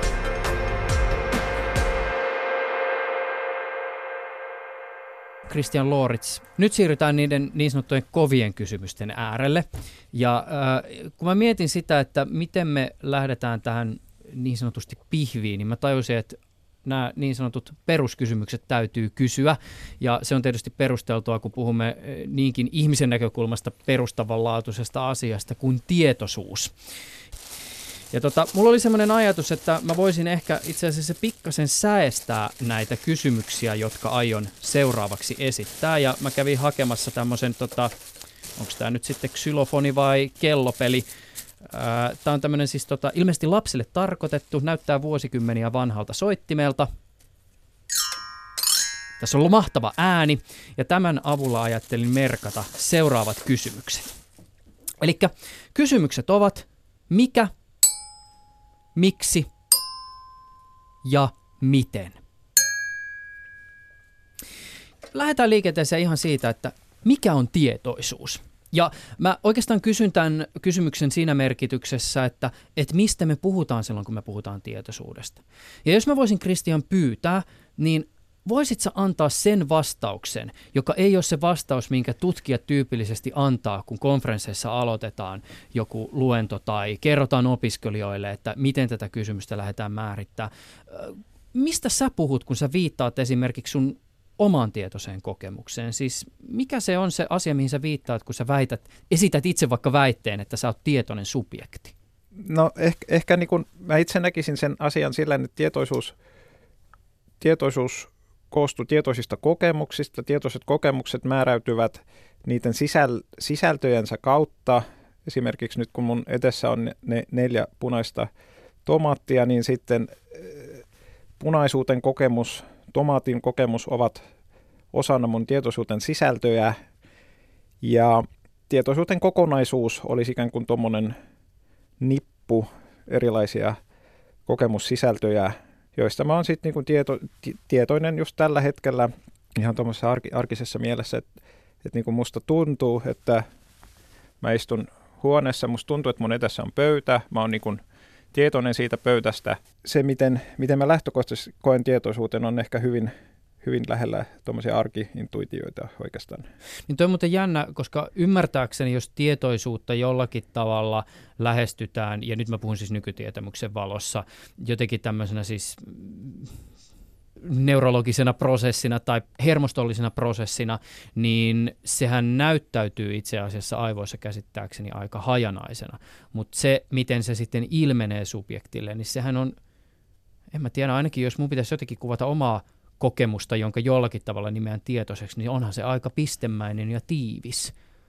Christian Loritz. Nyt siirrytään niiden niin sanottujen kovien kysymysten äärelle. Ja kun mä mietin sitä, että miten me lähdetään tähän niin sanotusti pihviin, niin mä tajusin, että nämä niin sanotut peruskysymykset täytyy kysyä. Ja se on tietysti perusteltua, kun puhumme niinkin ihmisen näkökulmasta perustavanlaatuisesta asiasta kuin tietoisuus. Ja mulla oli semmoinen ajatus, että mä voisin ehkä itse asiassa pikkasen säestää näitä kysymyksiä, jotka aion seuraavaksi esittää. Ja mä kävin hakemassa tämmöisen, onko tämä nyt sitten xylofoni vai kellopeli. Tämä on tämmöinen siis ilmeisesti lapsille tarkoitettu, näyttää vuosikymmeniä vanhalta soittimelta. Tässä on mahtava ääni ja tämän avulla ajattelin merkata seuraavat kysymykset. Elikkä kysymykset ovat mikä, miksi ja miten. Lähdetään liikenteeseen ihan siitä, että mikä on tietoisuus? Ja mä oikeastaan kysyn tämän kysymyksen siinä merkityksessä, että mistä me puhutaan silloin, kun me puhutaan tietoisuudesta. Ja jos mä voisin Christian pyytää, niin voisit sä antaa sen vastauksen, joka ei ole se vastaus, minkä tutkijat tyypillisesti antaa, kun konferensseissa aloitetaan joku luento tai kerrotaan opiskelijoille, että miten tätä kysymystä lähdetään määrittämään. Mistä sä puhut, kun sä viittaat esimerkiksi sun omaan tietoiseen kokemukseen? Siis mikä se on se asia, mihin sä viittaat, kun sä esität itse vaikka väitteen, että sä oot tietoinen subjekti? No ehkä niin kun mä itse näkisin sen asian sillä, että tietoisuus koostuu tietoisista kokemuksista. Tietoiset kokemukset määräytyvät niiden sisältöjensä kautta. Esimerkiksi nyt kun mun edessä on ne 4 punaista tomaattia, niin sitten punaisuuden kokemus, tomaatin kokemus ovat osana mun tietoisuuden sisältöjä. Ja tietoisuuden kokonaisuus olisi ikään kuin tommonen nippu erilaisia kokemussisältöjä, joista mä oon sitten niinku tietoinen just tällä hetkellä ihan tuommoisessa arkisessa mielessä, että niinku musta tuntuu, että mä istun huoneessa, musta tuntuu, että mun edessä on pöytä, mä oon niinku tietoinen siitä pöytästä. Se, miten mä lähtökohtaisesti koen tietoisuuteen, on ehkä hyvin lähellä tuommoisia arki-intuitioita oikeastaan. Niin toi on muuten jännä, koska ymmärtääkseni, jos tietoisuutta jollakin tavalla lähestytään, ja nyt mä puhun siis nykytietämyksen valossa, jotenkin tämmöisenä siis neurologisena prosessina tai hermostollisena prosessina, niin sehän näyttäytyy itse asiassa aivoissa käsittääkseni aika hajanaisena. Mutta se, miten se sitten ilmenee subjektille, niin sehän on, en mä tiedä, ainakin jos mun pitäisi jotenkin kuvata omaa kokemusta, jonka jollakin tavalla nimeän tietoiseksi, niin onhan se aika pistemäinen ja tiivis.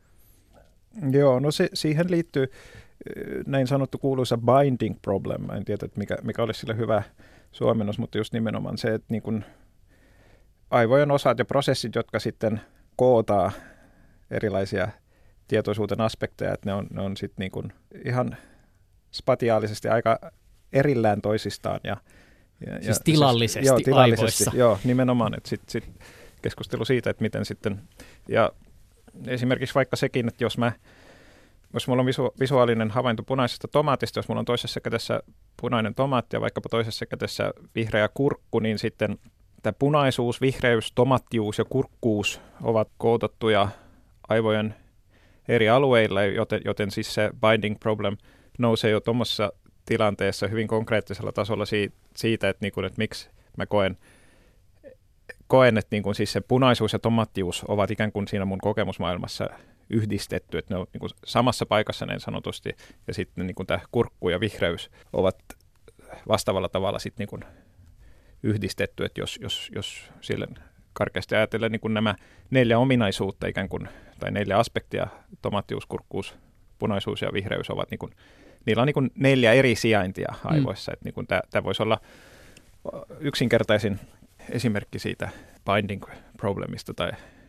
Joo, no siihen liittyy näin sanottu kuuluisa binding problem. Mä en tiedä, että mikä olisi sille hyvä suomennos, mutta just nimenomaan se, että niin kun aivojen osat ja prosessit, jotka sitten kootaa erilaisia tietoisuuden aspekteja, että ne on sitten niin kun ihan spatiaalisesti aika erillään toisistaan. Siis tilallisesti, tilallisesti aivoissa. Joo, nimenomaan. Että sit keskustelu siitä, että miten sitten, ja esimerkiksi vaikka sekin, että jos mulla on visuaalinen havainto punaisesta tomaatista, jos mulla on toisessa kädessä punainen tomaatti ja vaikkapa toisessa kädessä vihreä kurkku, niin sitten tämä punaisuus, vihreys, tomaattius ja kurkkuus ovat kootattuja aivojen eri alueilla, joten siis se binding problem nousee jo tuommoisessa tilanteessa hyvin konkreettisella tasolla siitä, että miksi mä koen, että siis se punaisuus ja tomaattius ovat ikään kuin siinä mun kokemusmaailmassa yhdistetty, että ne on samassa paikassa niin sanotusti, ja sitten tämä kurkku ja vihreys ovat vastaavalla tavalla sitten yhdistetty, että jos sille karkeasti ajatellen nämä 4 ominaisuutta ikään kuin, tai 4 aspektia, tomaattius, kurkkuus, punaisuus ja vihreys ovat niillä on 4 eri sijaintia aivoissa, että tämä voisi olla yksinkertaisin esimerkki siitä binding problemista tai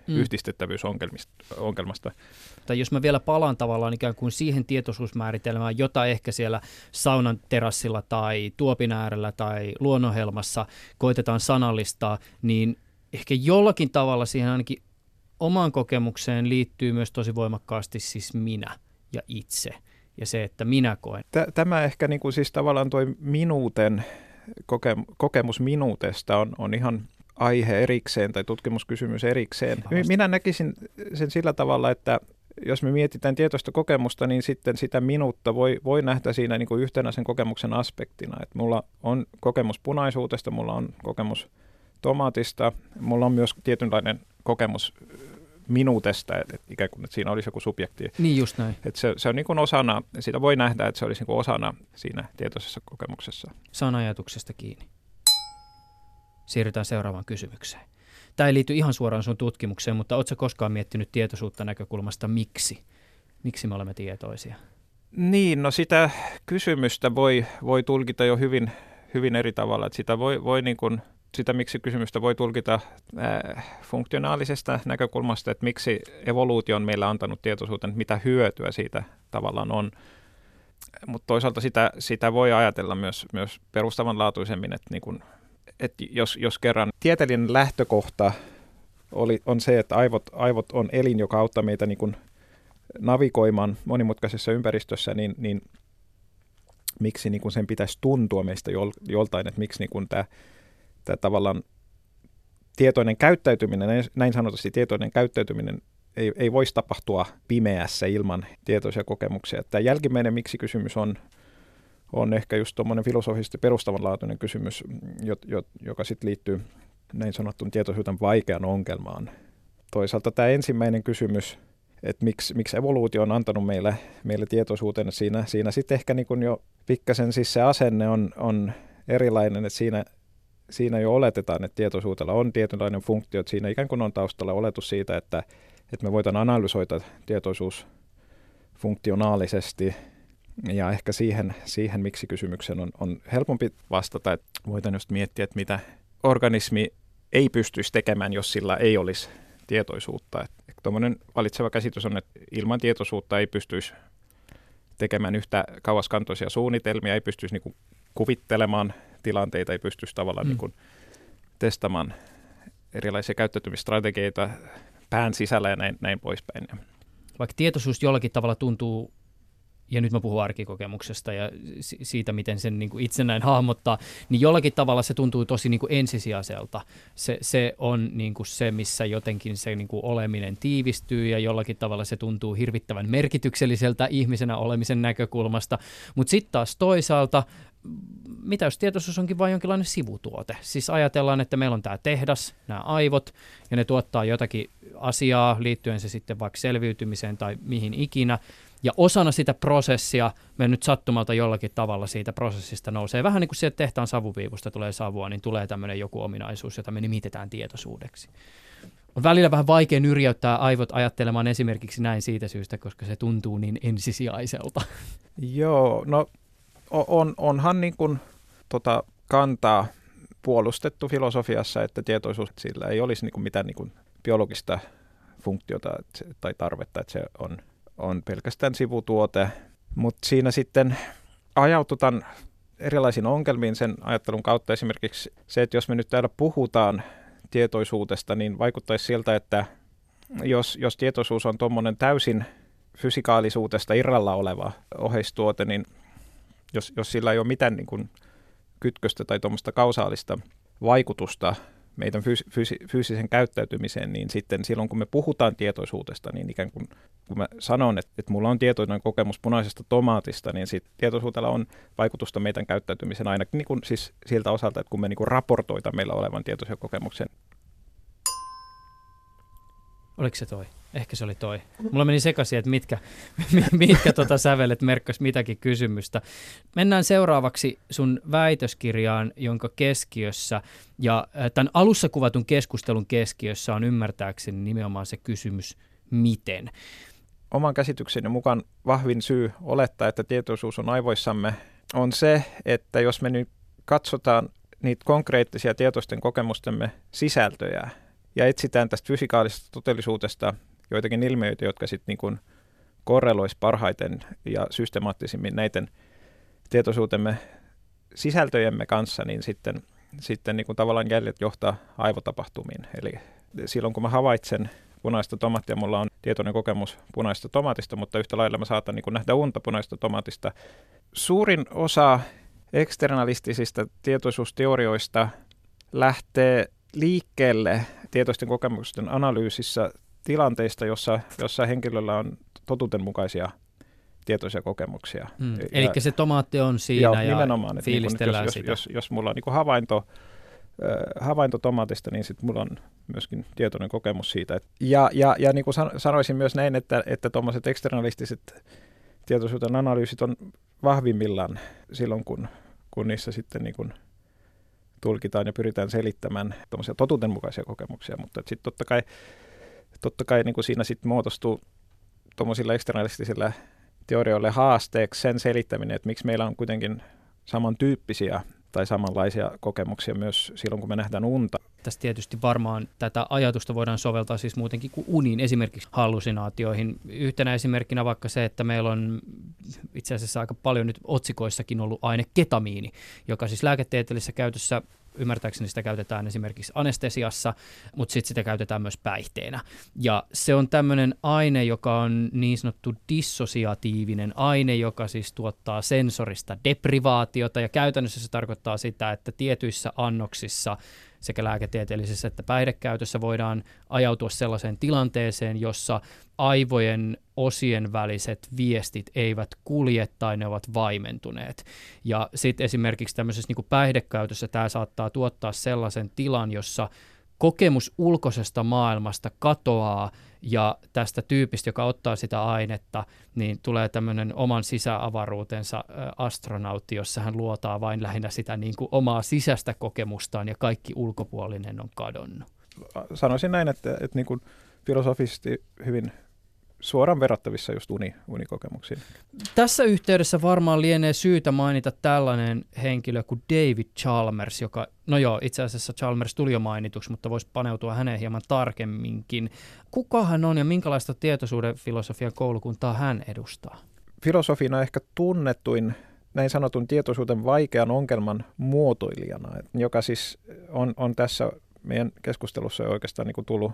yhdistettävyysongelmasta. Tai jos mä vielä palaan tavallaan ikään kuin siihen tietoisuusmääritelmään, jota ehkä siellä saunan terassilla tai tuopin äärellä tai luonnonhelmassa koitetaan sanallistaa, niin ehkä jollakin tavalla siihen ainakin omaan kokemukseen liittyy myös tosi voimakkaasti siis minä ja itse ja se, että minä koen. Tämä ehkä siis tavallaan toi minuuten, kokemus minuutesta on ihan aihe erikseen tai tutkimuskysymys erikseen. Minä näkisin sen sillä tavalla, että jos me mietitään tietoista kokemusta, niin sitten sitä minuutta voi nähdä siinä yhtenä sen kokemuksen aspektina. Että mulla on kokemus punaisuudesta, mulla on kokemus tomaatista, mulla on myös tietynlainen kokemus minuutesta, että ikään kuin että siinä olisi joku subjekti. Niin just näin. Että se on osana, sitä voi nähdä, että se olisi osana siinä tietoisessa kokemuksessa. Saan ajatuksesta kiinni. Siirrytään seuraavaan kysymykseen. Tämä ei liity ihan suoraan sun tutkimukseen, mutta ootko koskaan miettinyt tietoisuutta näkökulmasta miksi? Miksi me olemme tietoisia? Niin, no sitä kysymystä voi tulkita jo hyvin eri tavalla. Että sitä miksi kysymystä voi tulkita funktionaalisesta näkökulmasta, että miksi evoluutio on meillä antanut tietoisuuteen, että mitä hyötyä siitä tavallaan on. Mutta toisaalta sitä voi ajatella myös perustavanlaatuisemmin, että jos kerran tieteellinen lähtökohta on se, että aivot on elin, joka auttaa meitä navigoimaan monimutkaisessa ympäristössä, niin miksi sen pitäisi tuntua meistä joltain, että miksi tämä tavallaan tietoinen käyttäytyminen, näin sanotusti tietoinen käyttäytyminen ei voisi tapahtua pimeässä ilman tietoisia kokemuksia. Tämä jälkimmäinen miksi-kysymys on ehkä just tuommoinen filosofisesti perustavanlaatuinen kysymys, joka sitten liittyy näin sanottuun tietoisuuden vaikean ongelmaan. Toisaalta tämä ensimmäinen kysymys, että miksi evoluutio on antanut meille tietoisuuden, siinä sitten ehkä jo pikkasen siis se asenne on erilainen, että siinä jo oletetaan, että tietoisuudella on tietynlainen funktio, että siinä ikään kuin on taustalla oletus siitä, että me voidaan analysoida tietoisuus funktionaalisesti. Ja ehkä siihen miksi kysymykseen on helpompi vastata, että voidaan just miettiä, että mitä organismi ei pystyisi tekemään, jos sillä ei olisi tietoisuutta. Tuommoinen valitseva käsitys on, että ilman tietoisuutta ei pystyisi tekemään yhtä kauaskantoisia suunnitelmia, ei pystyisi kuvittelemaan tilanteita, ei pystyisi tavallaan testaamaan erilaisia käyttäytymisstrategioita pään sisällä ja näin poispäin. Vaikka tietoisuus jollakin tavalla tuntuu, ja nyt mä puhun arkikokemuksesta ja siitä, miten sen itse näin hahmottaa, niin jollakin tavalla se tuntuu tosi ensisijaiselta. Se on se, missä jotenkin se oleminen tiivistyy ja jollakin tavalla se tuntuu hirvittävän merkitykselliseltä ihmisenä olemisen näkökulmasta. Mutta sitten taas toisaalta, mitä jos tietoisuus onkin vain jonkinlainen sivutuote? Siis ajatellaan, että meillä on tämä tehdas, nämä aivot, ja ne tuottaa jotakin asiaa liittyen se sitten vaikka selviytymiseen tai mihin ikinä. Ja osana sitä prosessia me nyt sattumalta jollakin tavalla siitä prosessista nousee. Vähän niin kuin sieltä tehtaan savupiipusta tulee savua, niin tulee tämmöinen joku ominaisuus, jota me nimitetään tietoisuudeksi. On välillä vähän vaikea nyrjäyttää aivot ajattelemaan esimerkiksi näin siitä syystä, koska se tuntuu niin ensisijaiselta. Joo, no onhan kantaa puolustettu filosofiassa, että tietoisuus sillä ei olisi mitään biologista funktiota tai tarvetta, että se on pelkästään sivutuote, mutta siinä sitten ajaututaan erilaisiin ongelmiin sen ajattelun kautta. Esimerkiksi se, että jos me nyt täällä puhutaan tietoisuudesta, niin vaikuttaisi siltä, että jos tietoisuus on tuommoinen täysin fysikaalisuudesta irralla oleva oheistuote, niin jos sillä ei ole mitään niin kuin kytköstä tai tuommoista kausaalista vaikutusta meidän fyysisen käyttäytymiseen, niin sitten silloin kun me puhutaan tietoisuudesta, niin ikään kuin kun mä sanon, että mulla on tietoinen kokemus punaisesta tomaatista, niin sit tietoisuudella on vaikutusta meidän käyttäytymiseen ainakin niin kuin siis siltä osalta, että kun me niin kuin raportoita meillä olevan tietoisen kokemuksen. Oliko se toi? Ehkä se oli toi. Mulla meni sekaisin, että mitkä sävelet merkkasi mitäkin kysymystä. Mennään seuraavaksi sun väitöskirjaan, jonka keskiössä ja tämän alussa kuvatun keskustelun keskiössä on ymmärtääkseni nimenomaan se kysymys, miten. Oman käsitykseni mukaan vahvin syy olettaa, että tietoisuus on aivoissamme, on se, että jos me nyt katsotaan niitä konkreettisia tietoisten kokemustemme sisältöjä ja etsitään tästä fysikaalisesta todellisuudesta joitakin ilmiöitä, jotka sitten niin kuin korreloisi parhaiten ja systemaattisimmin näiden tietoisuutemme sisältöjemme kanssa, niin sitten niin kuin tavallaan jäljet johtaa aivotapahtumiin. Eli silloin kun mä havaitsen punaista tomaattia, mulla on tietoinen kokemus punaista tomaatista, mutta yhtä lailla mä saatan niin kuin nähdä unta punaista tomaatista. Suurin osa eksternalistisista tietoisuusteorioista lähtee liikkeelle tietoisten kokemusten analyysissä tilanteista, jossa henkilöllä on totuudenmukaisia tietoisia kokemuksia. Eli se tomaatti on siinä ja nimenomaan, fiilistellään sitä. Jos mulla on niin havainto tomaatista, niin sitten mulla on myöskin tietoinen kokemus siitä. Ja niin kuin sanoisin myös näin, että tuommoiset eksternalistiset tietoisuuden analyysit on vahvimmillaan silloin, kun niissä sitten niin kuin tulkitaan ja pyritään selittämään tuommoisia totuudenmukaisia kokemuksia, mutta sitten totta kai niin kuin siinä sitten muodostuu tuommoisilla eksternalistisilla teorioille haasteeksi sen selittäminen, että miksi meillä on kuitenkin samantyyppisiä tai samanlaisia kokemuksia myös silloin, kun me nähdään unta. Tässä tietysti varmaan tätä ajatusta voidaan soveltaa siis muutenkin kuin uniin, esimerkiksi hallusinaatioihin. Yhtenä esimerkkinä vaikka se, että meillä on itse asiassa aika paljon nyt otsikoissakin ollut aine ketamiini, joka siis lääketieteellisessä käytössä, ymmärtääkseni sitä käytetään esimerkiksi anestesiassa, mutta sitten sitä käytetään myös päihteenä. Ja se on tämmöinen aine, joka on niin sanottu dissosiatiivinen aine, joka siis tuottaa sensorista deprivaatiota, ja käytännössä se tarkoittaa sitä, että tietyissä annoksissa sekä lääketieteellisessä että päihdekäytössä voidaan ajautua sellaiseen tilanteeseen, jossa aivojen osien väliset viestit eivät kulje tai ne ovat vaimentuneet. Ja sitten esimerkiksi tämmöisessä niin kuin päihdekäytössä tämä saattaa tuottaa sellaisen tilan, jossa kokemus ulkoisesta maailmasta katoaa ja tästä tyypistä, joka ottaa sitä ainetta, niin tulee tämmöinen oman sisäavaruutensa astronautti, jossa hän luotaa vain lähinnä sitä niin kuin omaa sisäistä kokemustaan ja kaikki ulkopuolinen on kadonnut. Sanoisin näin, että niin kuin filosofisesti hyvin suoraan verrattavissa just unikokemuksiin. Tässä yhteydessä varmaan lienee syytä mainita tällainen henkilö kuin David Chalmers, joka, no joo, itse asiassa Chalmers tuli jo mainituksi, mutta voisi paneutua häneen hieman tarkemminkin. Kuka hän on ja minkälaista tietoisuuden filosofian koulukuntaa hän edustaa? Filosofina ehkä tunnettuin näin sanotun tietoisuuden vaikean ongelman muotoilijana, joka siis on tässä meidän keskustelussa jo oikeastaan niin kuin tullut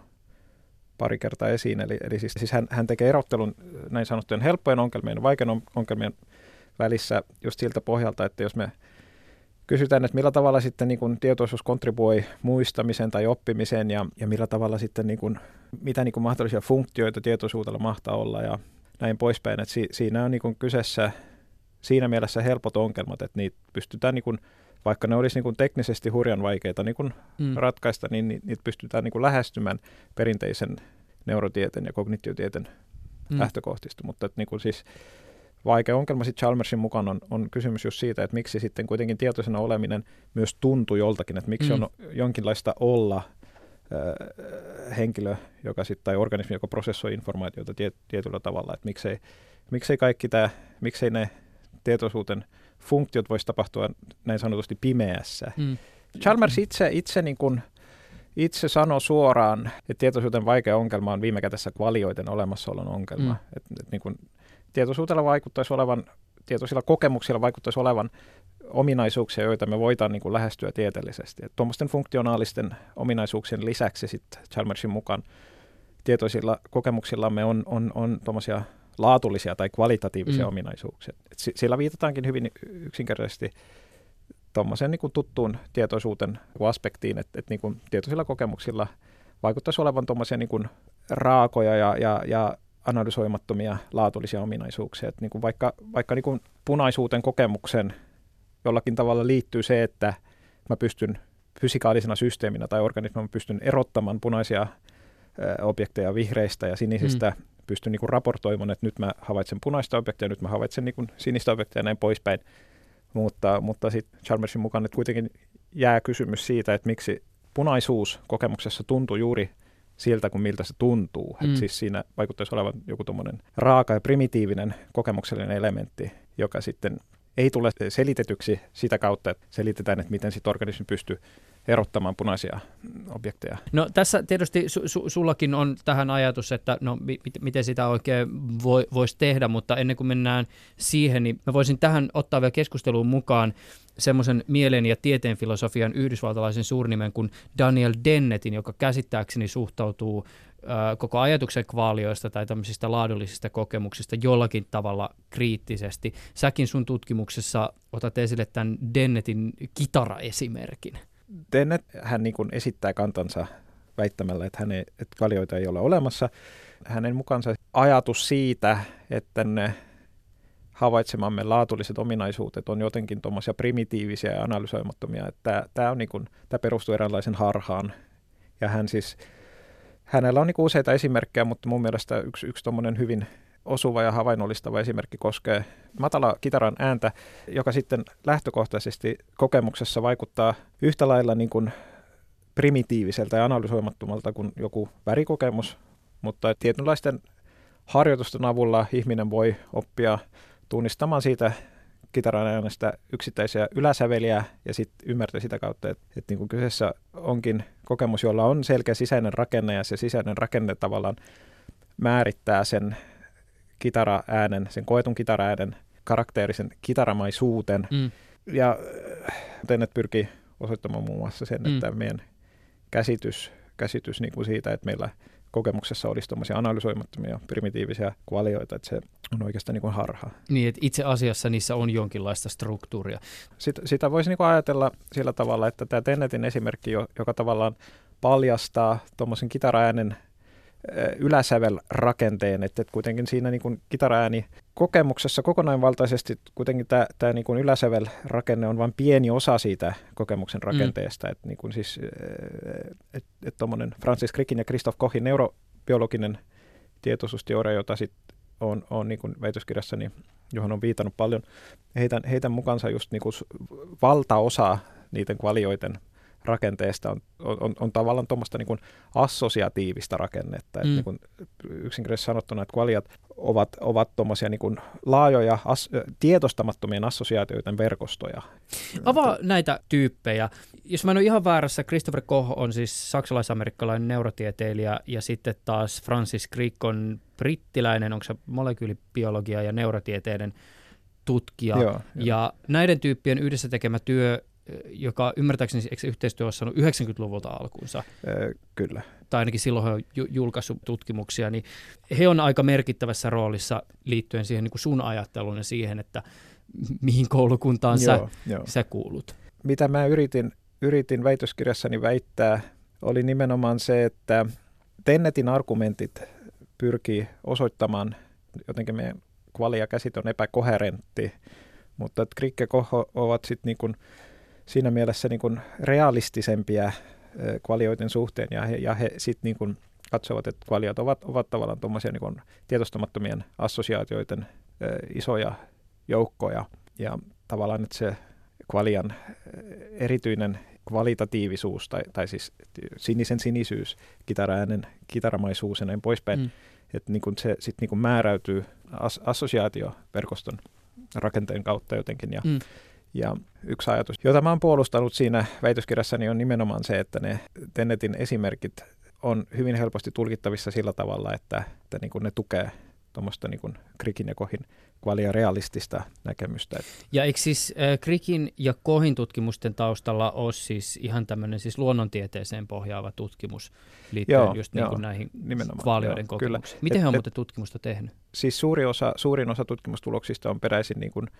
pari kertaa esiin. Eli siis hän tekee erottelun näin sanottujen helppojen ongelmien ja vaikean ongelmien välissä just siltä pohjalta, että jos me kysytään, että millä tavalla sitten niin kuin tietoisuus kontribuoi muistamiseen tai oppimiseen ja millä tavalla sitten niin kuin, mitä niin kuin mahdollisia funktioita tietoisuudella mahtaa olla ja näin poispäin. Että siinä on niin kuin kyseessä siinä mielessä helpot ongelmat, että niitä pystytään, niin kuin, vaikka ne olisi niin kuin teknisesti hurjan vaikeita niin kuin ratkaista, niin niitä pystytään niin kuin lähestymään perinteisen neurotieteen ja kognitiotieteen lähtökohtista. Mutta että niin kuin siis vaikea ongelma sitten Chalmersin mukaan on kysymys just siitä, että miksi sitten kuitenkin tietoisena oleminen myös tuntuu joltakin, että miksi on jonkinlaista olla henkilö, joka sitten, tai organismi, joka prosessoi informaatiota tietyllä tavalla, että miksei ne tietoisuuden funktiot voisi tapahtua näin sanotusti pimeässä. Chalmers itse sanoi suoraan, että tietoisuuden vaikea ongelma on viime kädessä kvalioiden olemassaolon ongelma. Niin kuin tietoisilla kokemuksilla vaikuttaisi olevan ominaisuuksia, joita me voidaan niin kuin lähestyä tieteellisesti. Tuommoisten funktionaalisten ominaisuuksien lisäksi sitten Chalmersin mukaan tietoisilla kokemuksillamme on tuommoisia laatullisia tai kvalitatiivisia ominaisuuksia. Sillä viitataankin hyvin yksinkertaisesti tuommoiseen niin kuin tuttuun tietoisuuden aspektiin, että niin kuin tietoisilla kokemuksilla vaikuttaisi olevan tuommoisia niin kuin raakoja ja analysoimattomia laatullisia ominaisuuksia. Että niin kuin vaikka niin kuin punaisuuden kokemuksen jollakin tavalla liittyy se, että mä pystyn fysikaalisena systeeminä tai organismina pystyn erottamaan punaisia objekteja vihreistä ja sinisistä, pystyn niin kuin raportoimaan, että nyt mä havaitsen punaista objekteja, nyt mä havaitsen niin kuin sinistä objekteja ja näin poispäin. Mutta sitten Chalmersin mukaan että kuitenkin jää kysymys siitä, että miksi punaisuus kokemuksessa tuntuu juuri siltä, kuin miltä se tuntuu. Että siis siinä vaikuttaisi olevan joku tommoinen raaka ja primitiivinen kokemuksellinen elementti, joka sitten ei tule selitetyksi sitä kautta, että selitetään, että miten sitten organismi pystyy erottamaan punaisia objekteja. No tässä tietysti sullakin on tähän ajatus, että no miten sitä oikein voisi tehdä, mutta ennen kuin mennään siihen, niin mä voisin tähän ottaa vielä keskusteluun mukaan semmoisen mielen ja tieteen filosofian yhdysvaltalaisen suurnimen kuin Daniel Dennetin, joka käsittääkseni suhtautuu koko ajatuksen kvaalioista tai tämmöisistä laadullisista kokemuksista jollakin tavalla kriittisesti. Säkin sun tutkimuksessa otat esille tämän Dennetin kitaraesimerkin. Dennett, hän niin kuin esittää kantansa väittämällä, että kvalioita ei ole olemassa. Hänen mukaansa ajatus siitä, että ne havaitsemamme laatulliset ominaisuudet on jotenkin tuommoisia primitiivisiä ja analysoimattomia. Tämä perustuu eräänlaisen harhaan. Ja hänellä on niin kuin useita esimerkkejä, mutta mun mielestä yksi tuommoinen hyvin osuva ja havainnollistava esimerkki koskee matala kitaran ääntä, joka sitten lähtökohtaisesti kokemuksessa vaikuttaa yhtä lailla niin kuin primitiiviseltä ja analysoimattomalta kuin joku värikokemus, mutta tietynlaisten harjoitusten avulla ihminen voi oppia tunnistamaan siitä kitaran äänestä yksittäisiä yläsäveliä ja sitten ymmärtää sitä kautta, että niin kuin kyseessä onkin kokemus, jolla on selkeä sisäinen rakenne ja se sisäinen rakenne tavallaan määrittää sen kitaraäänen, sen koetun kitaraäänen karakteerisen kitaramaisuuden. Ja Dennett pyrkii osoittamaan muun muassa sen, että meidän käsitys niin kuin siitä, että meillä kokemuksessa olisi tämmöisiä analysoimattomia primitiivisiä kvalioita, että se on oikeastaan niin kuin harha. Niin, että itse asiassa niissä on jonkinlaista struktuuria. Sitä voisi niin kuin ajatella sillä tavalla, että tämä Dennettin esimerkki, joka tavallaan paljastaa tuommoisen kitaraäänen yläsävelrakenteen, että kuitenkin siinä niin kuin kitaraääni kokemuksessa kokonaisvaltaisesti kuitenkin tämä niin kuin yläsävelrakenne on vain pieni osa siitä kokemuksen rakenteesta, että niin kuin siis tuommoinen Francis Crickin ja Christoph Kochin neurobiologinen tietoisuusteoria, jota sitten on niin kuin väitöskirjassani, johon on viitannut paljon, heidän mukaansa just niin kuin valtaosa niiden kvalioiden rakenteesta on tavallaan tuommoista niin kuin assosiatiivista rakennetta. Että niin kuin yksinkertaisesti sanottuna, että kvaliat ovat tuommoisia niin kuin laajoja tietostamattomien assosiaatioiden verkostoja. Avaa näitä tyyppejä. Jos mä en ole ihan väärässä, Christopher Koch on siis saksalais-amerikkalainen neurotieteilijä ja sitten taas Francis Crick on brittiläinen, onko se molekyylibiologia ja neurotieteiden tutkija. Joo. Ja näiden tyyppien yhdessä tekemä työ, joka ymmärtääkseni yhteistyö on saanut 90-luvulta alkuunsa. Kyllä. Tai ainakin silloin he on julkaissut tutkimuksia, niin he on aika merkittävässä roolissa liittyen siihen niin kuin sun ajatteluun ja siihen, että mihin koulukuntaan sä kuulut. Mitä mä yritin väitöskirjassani väittää, oli nimenomaan se, että Dennettin argumentit pyrkii osoittamaan, jotenkin meidän kvalia-käsite on epäkoherentti, mutta Crick ja Koch ovat sitten niin kuin siinä mielessä niin kuin realistisempia kvalioiden suhteen, ja he sitten niin kuin katsovat, että kvaliot ovat tavallaan tuommoisia niin kuin tietostamattomien assosiaatioiden isoja joukkoja, ja tavallaan että se kvalian erityinen kvalitatiivisuus, tai siis sinisen sinisyys, kitaraäänen kitaramaisuus ja näin poispäin, että niin kuin se sitten niin kuin määräytyy assosiaatioverkoston rakenteen kautta jotenkin, ja yksi ajatus, jota mä oon puolustanut siinä väitöskirjassani, on nimenomaan se, että ne Dennettin esimerkit on hyvin helposti tulkittavissa sillä tavalla, että niin kuin ne tukee tuommoista niin kuin Crickin ja Kohin kvalia realistista näkemystä. Ja eikö siis Crickin ja Kohin tutkimusten taustalla ole siis ihan tämmöinen siis luonnontieteeseen pohjaava tutkimus liittyen just niin kuin näihin kvalioiden kokemuksiin? Miten he on muuten tutkimusta tehnyt? Siis suurin osa tutkimustuloksista on peräisin niin kuin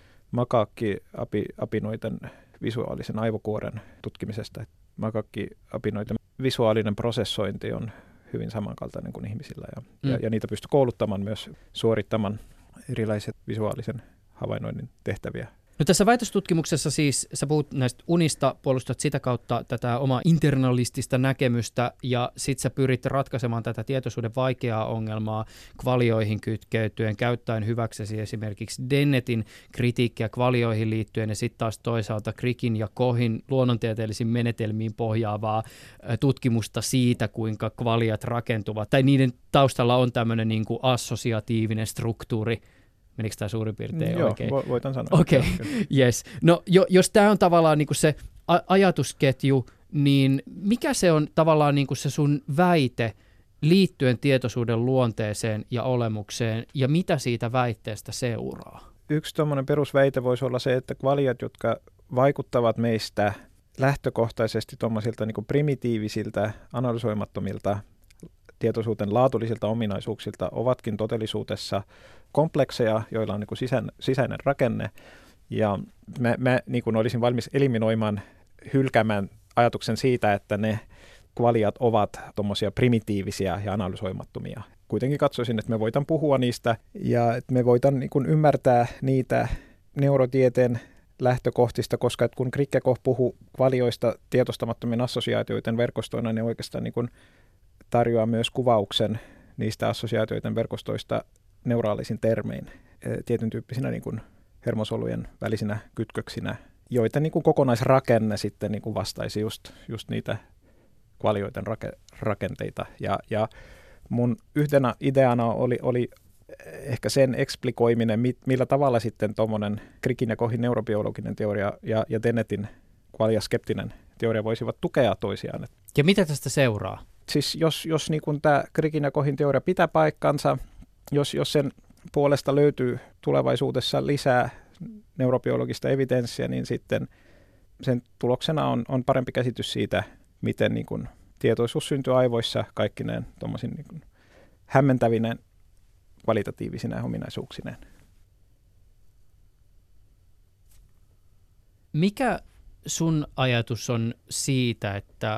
makaakkiapinoiden visuaalisen aivokuoren tutkimisesta. Makaakkiapinoiden visuaalinen prosessointi on hyvin samankaltainen kuin ihmisillä ja niitä pystyy kouluttamaan myös suorittamaan erilaiset visuaalisen havainnoinnin tehtäviä. No tässä väitöstutkimuksessa siis sä puhut näistä unista, puolustat sitä kautta tätä omaa internalistista näkemystä ja sit sä pyrit ratkaisemaan tätä tietoisuuden vaikeaa ongelmaa kvalioihin kytkeytyen, käyttäen hyväksesi esimerkiksi Dennetin kritiikkiä kvalioihin liittyen ja sitten taas toisaalta Crickin ja Kohin luonnontieteellisiin menetelmiin pohjaavaa tutkimusta siitä, kuinka kvaliat rakentuvat. Tai niiden taustalla on tämmöinen niin kuin assosiatiivinen struktuuri. Menikö tämä suurin piirtein oikein? Joo, voitan sanoa. Okei, yes. No jos tämä on tavallaan niinku se ajatusketju, niin mikä se on tavallaan niinku se sun väite liittyen tietoisuuden luonteeseen ja olemukseen, ja mitä siitä väitteestä seuraa? Yksi tuommoinen perusväite voisi olla se, että kvaliat, jotka vaikuttavat meistä lähtökohtaisesti tuommoisilta niinku primitiivisiltä, analysoimattomilta, tietoisuuden laatullisilta ominaisuuksilta, ovatkin todellisuudessa komplekseja, joilla on niin kuin sisäinen rakenne. Ja mä niin kuin olisin valmis eliminoimaan, hylkäämään ajatuksen siitä, että ne kvaliat ovat tuommoisia primitiivisiä ja analysoimattomia. Kuitenkin katsoisin, että me voitan puhua niistä ja että me voitan niin kuin ymmärtää niitä neurotieteen lähtökohtista, koska kun Crick ja Koch puhuu kvalioista tietostamattomien assosiaatioiden verkostoina, ne oikeastaan niin kuin tarjoaa myös kuvauksen niistä assosiaatioiden verkostoista neuraalisin termein, tietyn tyyppisinä niin kuin hermosolujen välisinä kytköksinä, joita niin kuin kokonaisrakenne sitten niin kuin vastaisi just niitä kvalioiden rakenteita. Ja mun yhtenä ideana oli ehkä sen eksplikoiminen, millä tavalla sitten tuommoinen Crickin ja Kohin neurobiologinen teoria ja Dennetin kvaliaskeptinen teoria voisivat tukea toisiaan. Ja mitä tästä seuraa? Siis jos niin kuin tämä Crickin ja Kohin teoria pitää paikkansa, jos sen puolesta löytyy tulevaisuudessa lisää neurobiologista evidenssiä, niin sitten sen tuloksena on parempi käsitys siitä, miten niin kuin tietoisuus syntyy aivoissa kaikkineen tuommoisin niin kuin hämmentävineen kvalitatiivisina ominaisuuksineen. Mikä sun ajatus on siitä, että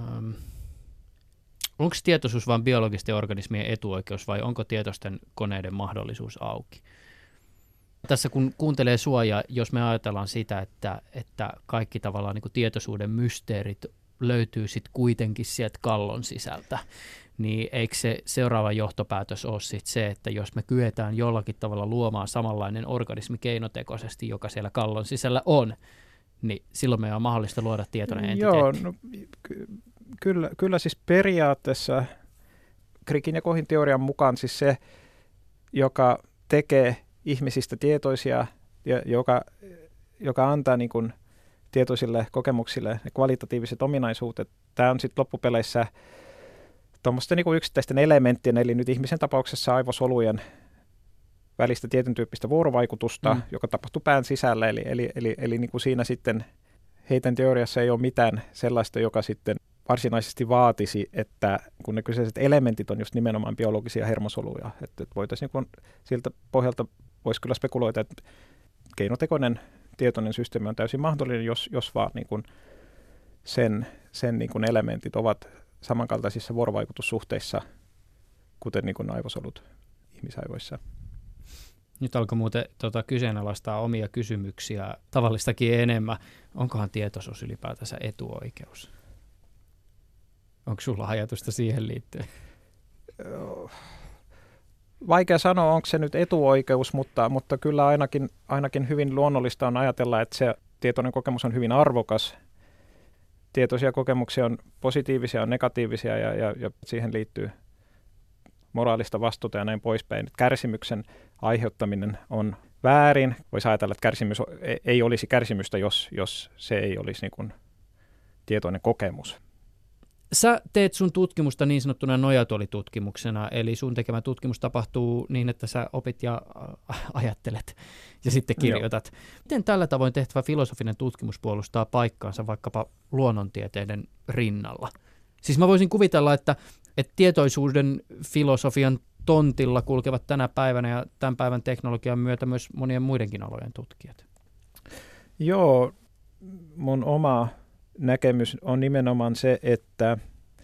onko tietoisuus vain biologisten organismien etuoikeus vai onko tietoisten koneiden mahdollisuus auki? Tässä kun kuuntelee sua ja jos me ajatellaan sitä, että kaikki tavallaan niin kuin tietoisuuden mysteerit löytyy sitten kuitenkin sieltä kallon sisältä, niin eikö se seuraava johtopäätös ole sit se, että jos me kyetään jollakin tavalla luomaan samanlainen organismi keinotekoisesti, joka siellä kallon sisällä on, niin silloin meidän on mahdollista luoda tietoinen entiteetti. Joo, no, kyllä siis periaatteessa Crickin ja Kohin teorian mukaan siis se, joka tekee ihmisistä tietoisia ja joka antaa niin kuin tietoisille kokemuksille ne kvalitatiiviset ominaisuudet, tämä on sitten loppupeleissä tuommoisten niin kuin yksittäisten elementtien, eli nyt ihmisen tapauksessa aivosolujen välistä tietyn tyyppistä vuorovaikutusta, joka tapahtuu pään sisällä, eli niin kuin siinä sitten heidän teoriassa ei ole mitään sellaista, joka sitten varsinaisesti vaatisi, että kun ne kyseiset elementit on just nimenomaan biologisia hermosoluja, että voitaisiin niin siltä pohjalta voisi kyllä spekuloida, että keinotekoinen tietoinen systeemi on täysin mahdollinen, jos vaan niin kuin sen niin kuin elementit ovat samankaltaisissa vuorovaikutussuhteissa, kuten niin kuin aivosolut ihmisaivoissa. Nyt alkoi muuten kyseenalaistaa omia kysymyksiä tavallistakin enemmän. Onkohan tietoisuus ylipäätänsä etuoikeus? Onko sulla ajatusta siihen liittyen? Vaikea sanoa, onko se nyt etuoikeus, mutta kyllä ainakin hyvin luonnollista on ajatella, että se tietoinen kokemus on hyvin arvokas. Tietoisia kokemuksia on positiivisia, on negatiivisia ja siihen liittyy moraalista vastuuta ja näin poispäin. Kärsimyksen aiheuttaminen on väärin. Voisi ajatella, että kärsimys ei olisi kärsimystä, jos se ei olisi niin kuin tietoinen kokemus. Sä teet sun tutkimusta niin sanottuna nojatuolitutkimuksena, eli sun tekemä tutkimus tapahtuu niin, että sä opit ja ajattelet ja sitten kirjoitat. Joo. Miten tällä tavoin tehtävä filosofinen tutkimus puolustaa paikkaansa vaikkapa luonnontieteiden rinnalla? Siis mä voisin kuvitella, että tietoisuuden filosofian tontilla kulkevat tänä päivänä ja tämän päivän teknologian myötä myös monien muidenkin alojen tutkijat. Joo, mun oma näkemys on nimenomaan se, että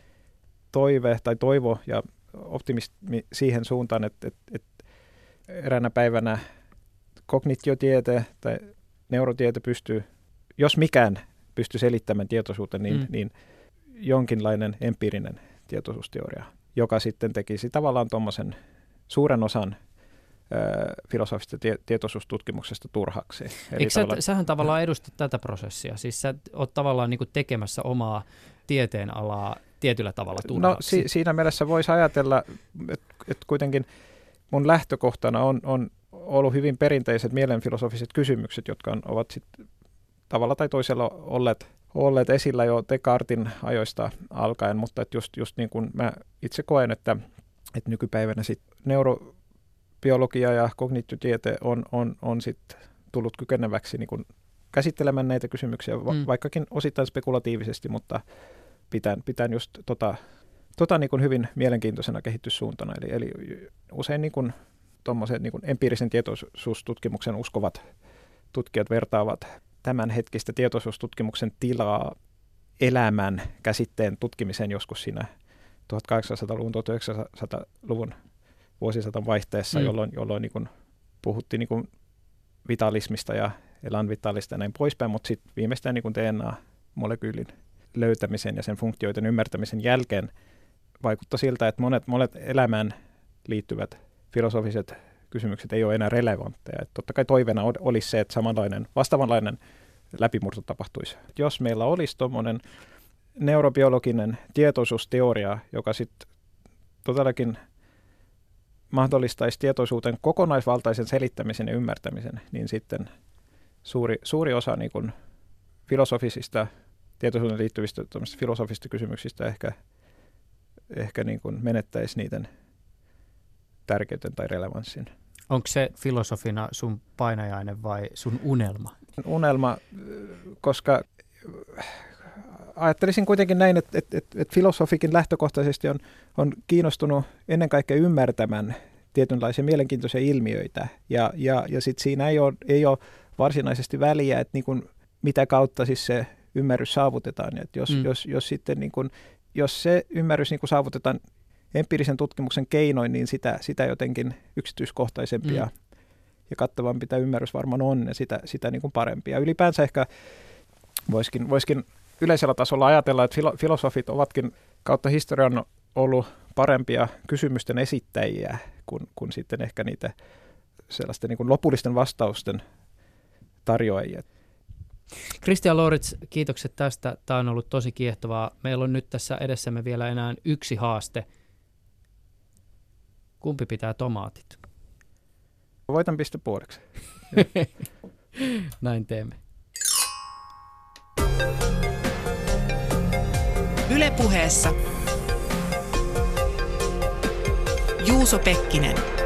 toivo ja optimismi siihen suuntaan, että eräänä päivänä kognitiotiete tai neurotiete pystyy, jos mikään pystyy selittämään tietoisuutta, niin jonkinlainen empiirinen tietoisuusteoria, joka sitten tekisi tavallaan tuommoisen suuren osan filosofista tietoisuustutkimuksesta turhaksi. Sähän tavallaan edustat tätä prosessia, siis sä oot tavallaan niin kuin tekemässä omaa tieteenalaa tietyllä tavalla turhaksi. No siinä mielessä voisi ajatella, että kuitenkin mun lähtökohtana on ollut hyvin perinteiset mielenfilosofiset kysymykset, jotka ovat sitten tavalla tai toisella olleet esillä jo Descartesin ajoista alkaen, mutta että just niin kuin mä itse koen, että nykypäivänä sitten neurobiologia ja kognitiotiete on sitten tullut kykeneväksi niin kuin käsittelemään näitä kysymyksiä, vaikkakin osittain spekulatiivisesti, mutta pitään just niin kuin hyvin mielenkiintoisena kehityssuuntana. Eli usein niin kuin tuommoisen niin kuin empiirisen tietoisuustutkimuksen uskovat tutkijat vertaavat tämänhetkistä tietoisuustutkimuksen tilaa elämän käsitteen tutkimiseen joskus siinä 1800-luvun, 1900-luvun vuosisadan vaihteessa, jolloin niin kuin puhuttiin niin kuin vitalismista ja elan vitaalista ja näin poispäin, mutta sitten viimeistään niin kuin DNA-molekyylin löytämisen ja sen funktioiden ymmärtämisen jälkeen vaikuttaa siltä, että monet elämään liittyvät filosofiset kysymykset ei ole enää relevantteja. Että totta kai toiveena olisi se, että vastaavanlainen läpimurto tapahtuisi. Jos meillä olisi tuommoinen neurobiologinen tietoisuusteoria, joka sitten todellakin mahdollistaisi tietoisuuden kokonaisvaltaisen selittämisen ja ymmärtämisen, niin sitten suuri osa niin kuin filosofisista, tietoisuuteen liittyvistä filosofisista kysymyksistä ehkä niin kuin menettäisi niiden tärkeyden tai relevanssin. Onko se filosofina sun painajainen vai sun unelma? Unelma, koska ajattelisin kuitenkin näin, että filosofikin lähtökohtaisesti on kiinnostunut ennen kaikkea ymmärtämään tietynlaisia mielenkiintoisia ilmiöitä, ja sitten siinä ei ole varsinaisesti väliä, että niin kuin mitä kautta siis se ymmärrys saavutetaan. Että jos se ymmärrys niin kuin saavutetaan empiirisen tutkimuksen keinoin, niin sitä jotenkin yksityiskohtaisempi ja kattavampi tämä ymmärrys varmaan on, ja sitä niin kuin parempi. Ja ylipäänsä ehkä voisikin yleisellä tasolla ajatella, että filosofit ovatkin kautta historian ollut parempia kysymysten esittäjiä kuin sitten ehkä niitä sellaisten niin kuin lopullisten vastausten tarjoajia. Christian Lauritz, kiitokset tästä. Tämä on ollut tosi kiehtovaa. Meillä on nyt tässä edessämme vielä enää yksi haaste. Kumpi pitää tomaatit? Voitan piste puoleksi. Näin teemme. Yle Puheessa Juuso Pekkinen.